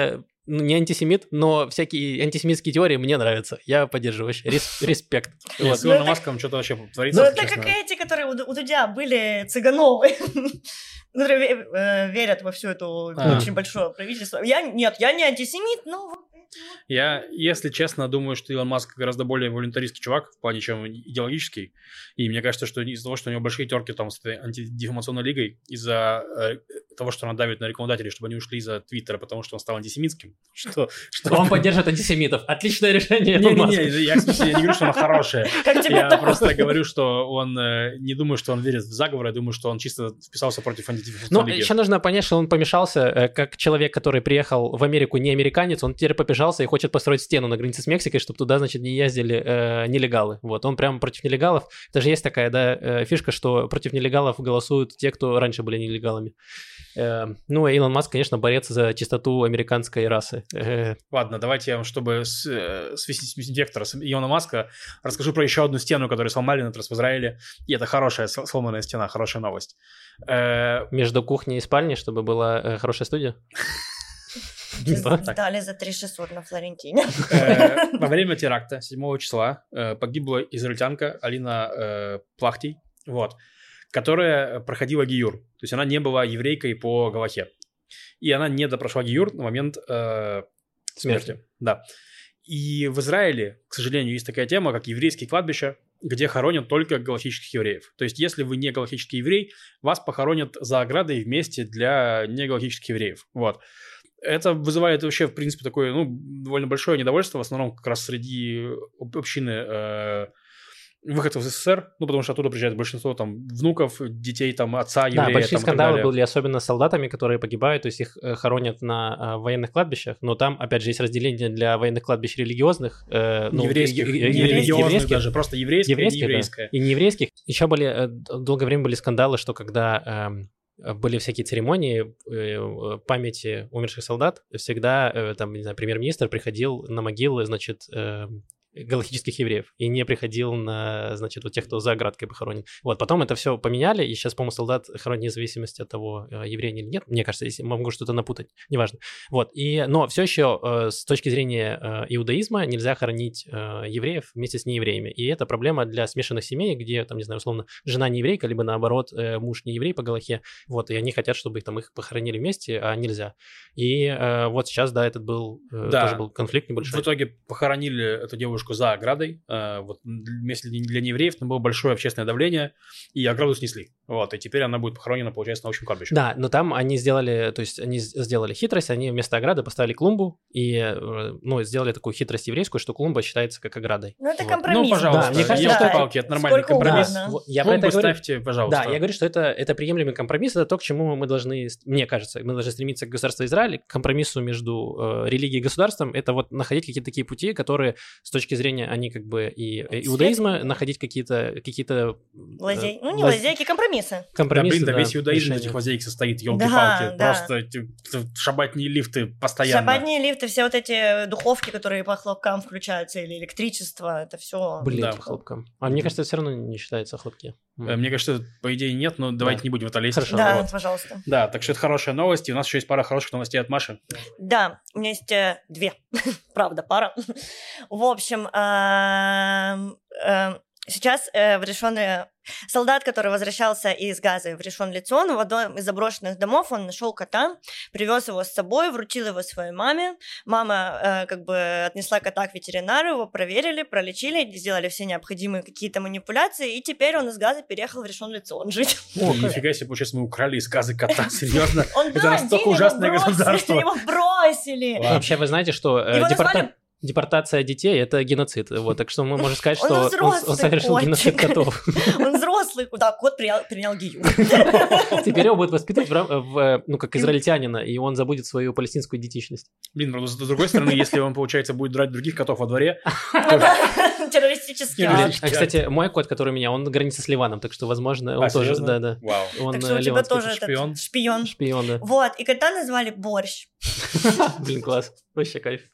не антисемит, но всякие антисемитские теории мне нравятся. Я поддерживаю вообще. Респект. С Илоном Маском что-то вообще творится. Ну, это как эти, которые у Дудя были Цыгановы, которые верят во всю эту очень большое правительство. Я не антисемит, но... Я, если честно, думаю, что Илон Маск гораздо более волюнтаристский чувак в плане, чем идеологический. И мне кажется, что из-за того, что у него большие терки там с этой антидефамационной лигой, из-за того, что он давит на рекламодателей, чтобы они ушли из-за Твиттера, потому что он стал антисемитским. Что он поддержит антисемитов. Отличное решение. Не, я не говорю, что оно хорошее. Я просто говорю, что он не думаю, что он верит в заговор, я думаю, что он чисто вписался против антидефамационной лиги. Ну, еще нужно понять, что он помешался, как человек, который приехал в Америку не американец, он теперь побежался и хочет построить стену на границе с Мексикой, чтобы туда, значит, не ездили нелегалы. Вот, он прямо против нелегалов. Это же есть такая, да, фишка, что против нелегалов голосуют те, кто раньше были нелегалами. Ну, Илон Маск, конечно, борец за чистоту американской расы. Ладно, давайте я вам, чтобы свести вектор с Илона Маска, расскажу про еще одну стену, которую сломали на этот раз в Израиле. И это хорошая сломанная стена, хорошая новость. Между кухней и спальней, чтобы была хорошая студия? Сдали за 3600 на Флорентине. Во время теракта 7 числа погибла израильтянка Алина Плахтий, вот, которая проходила гиюр. То есть она не была еврейкой по галахе. И она не допрошла гиюр на момент смерти. Да. И в Израиле, к сожалению, есть такая тема, как еврейские кладбища, где хоронят только галахических евреев. То есть, если вы не галахический еврей, вас похоронят за оградой вместе для негалахических евреев. Вот. Это вызывает вообще, в принципе, такое, ну, довольно большое недовольство, в основном как раз среди общины выходцев из СССР, ну, потому что оттуда приезжает большинство там внуков, детей, там, отца, еврея. Да, большие там, скандалы были, особенно с солдатами, которые погибают, то есть их хоронят на военных кладбищах, но там, опять же, есть разделение для военных кладбищ религиозных. Еврейских даже, просто еврейское и нееврейское. И нееврейских. Еще долгое время были скандалы, что когда... были всякие церемонии памяти умерших солдат, всегда, там, не знаю, премьер-министр приходил на могилы, значит, галахических евреев и не приходил на, значит, вот тех, кто за оградкой похоронен. Вот, потом это все поменяли, и сейчас, по-моему, солдат хоронят вне зависимости от того, еврей или нет. Мне кажется, если могу что-то напутать, неважно. Вот, но все еще с точки зрения иудаизма нельзя хоронить евреев вместе с неевреями. И это проблема для смешанных семей, где, там, не знаю, условно, жена не еврейка, либо наоборот, муж не еврей по галахе. Вот, и они хотят, чтобы их похоронили вместе, а нельзя. И вот сейчас, да, этот был, тоже был конфликт небольшой. В итоге похоронили эту девушку за оградой, вот, вместе для неевреев, там было большое общественное давление, и ограду снесли. Вот, и теперь она будет похоронена, получается, на общем кладбище. Да, но там они сделали хитрость, они вместо ограды поставили клумбу, и, ну, сделали такую хитрость еврейскую, что клумба считается как оградой. Ну, это компромисс. Ну, пожалуйста, да, мне кажется, что палки, это нормальный компромисс. Я про это говорю. Ставьте, пожалуйста. Да, я говорю, что это приемлемый компромисс, это то, к чему мы должны, мне кажется, мы должны стремиться к государству Израиль, к компромиссу между религией и государством, это вот находить какие-то такие пути, которые с точки зрения, они как бы и иудаизма, находить какие-то лазейки, ну не лазейки, компромиссы. Да, весь иудаизм из этих лазеек состоит, елки-палки, просто шабатные лифты постоянно. Шабатные лифты, все вот эти духовки, которые по хлопкам включаются, или электричество, это все. Блин, по хлопкам. А мне кажется, это все равно не считается хлопки. Мне кажется, по идее нет, но давайте не будем в это лезть. Хорошо. Да, пожалуйста. Да, так что это хорошая новость, и у нас еще есть пара хороших новостей от Маши. Да, у меня есть две, правда, пара. В общем, сейчас в Ришон солдат, который возвращался из Газы в Ришон-Ле-Цион, в одном из заброшенных домов он нашел кота, привез его с собой, вручил его своей маме. Мама как бы отнесла кота к ветеринару, его проверили, пролечили, сделали все необходимые какие-то манипуляции, и теперь он из Газы переехал в Ришон-Ле-Цион жить. О, нифига себе, получается, мы украли из Газы кота, серьезно? Это настолько ужасное государство. Его бросили. Вообще, вы знаете, что депортация детей — это геноцид. Вот, так что мы можем сказать, что он совершил геноцид котов. Он взрослый. Да, кот принял гиюр. Теперь его будут воспитывать как израильтянина, и он забудет свою палестинскую идентичность. Блин, правда, с другой стороны, если он, получается, будет драть других котов во дворе... Террористический акт. Кстати, мой кот, который у меня, он граница с Ливаном, так что, возможно, он тоже... Да. Так что у тебя тоже этот шпион. Шпион, да. Вот, и кота назвали Борщ. Блин, класс. Вообще кайф.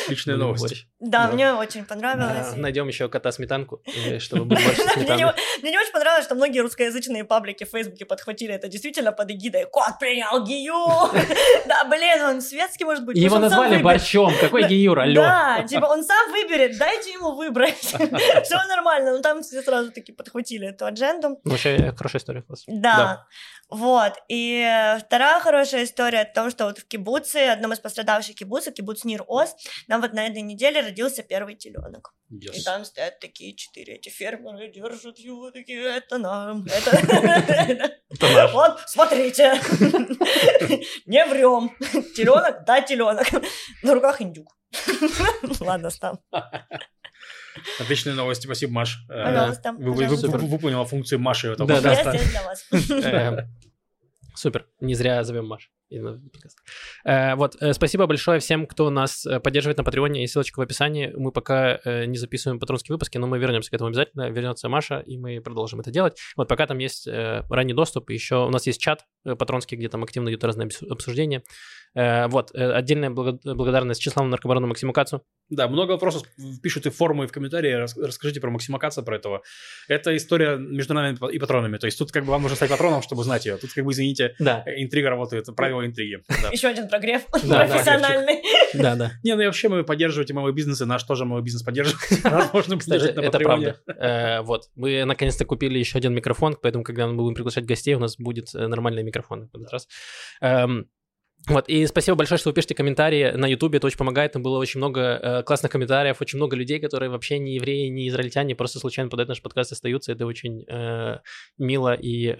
Отличная новость. Да, мне очень понравилось. Найдем еще кота сметанку, чтобы было больше сметаны. Мне не очень понравилось, что многие русскоязычные паблики в Фейсбуке подхватили это действительно под эгидой «Кот принял ГИЮ!» Да, блин, он светский, может быть. Его назвали борщом. Какой ГИЮ, алло? Да, типа он сам выберет, дайте ему выбрать. Все нормально, но там все сразу таки подхватили эту адженду. Вообще хорошая история, класс. Да. Вот, и вторая хорошая история о том, что вот в кибуце, одном из пострадавших кибуцев, кибуц Нир-Оз, нам вот на этой неделе родился первый теленок. Yes. И там стоят такие 4 эти фермеры, держат его, такие, это нам, это... Вот, смотрите, не врем, теленок, да, теленок, на руках индюк. Ладно, став. Отличные новости, спасибо, Маш. Пожалуйста. Выполнила функцию Маши в этом подкасте. Я здесь для вас. Супер, не зря зовем Маш. Вот, спасибо большое всем, кто нас поддерживает на Патреоне, есть ссылочка в описании. Мы пока не записываем патронские выпуски, но мы вернемся к этому обязательно. Вернется Маша, и мы продолжим это делать. Вот, пока там есть ранний доступ, еще у нас есть чат патронский, где там активно идут разные обсуждения. Вот, отдельная благодарность Тщеславу наркобарону Максиму Кацу. Да, много вопросов пишут и в форумы, и в комментарии. Расскажите про Максима Каца, про этого. Это история между нами и патронами. То есть тут как бы вам нужно стать патроном, чтобы знать ее. Тут как бы, извините, интрига работает, правила интриги. Еще один прогрев профессиональный. Да. Не, ну и вообще мы поддерживаете малые бизнесы, наш тоже малый бизнес поддерживает. Нас можно поддержать на Патреоне. Это правда. Вот, мы наконец-то купили еще один микрофон, поэтому когда мы будем приглашать гостей, у нас будет нормальный микрофон в этот раз. Вот, и спасибо большое, что вы пишете комментарии на Ютубе, это очень помогает, там было очень много классных комментариев, очень много людей, которые вообще не евреи, не израильтяне, просто случайно под наш подкаст остаются, это очень мило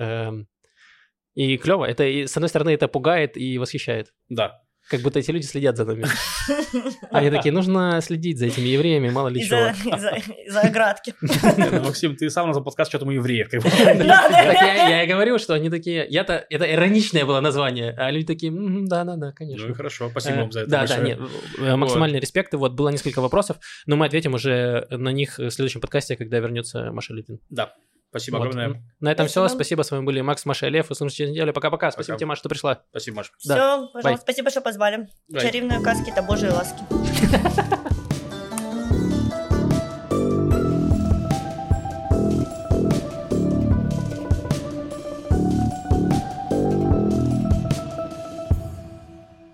и клево. Это, и, с одной стороны, это пугает и восхищает. Да. Как будто эти люди следят за нами. Они такие, нужно следить за этими евреями, мало ли чего. За оградки. Максим, ты сам назвал подкаст, что-то мы евреев. Я и говорю, что они такие... Это ироничное было название, а люди такие, да, конечно. Ну и хорошо, спасибо вам за это. Да, нет, максимальный респект. Вот, было несколько вопросов, но мы ответим уже на них в следующем подкасте, когда вернется Маша Литвин. Да. Спасибо огромное. На этом все. Спасибо. С вами были Макс, Маша и Лев. Услышимся через неделю. Пока-пока. Спасибо тебе, Маша, что пришла. Спасибо, Маша. Все, пожалуйста. Спасибо, что позвали. Чарівної казки та Божої ласки.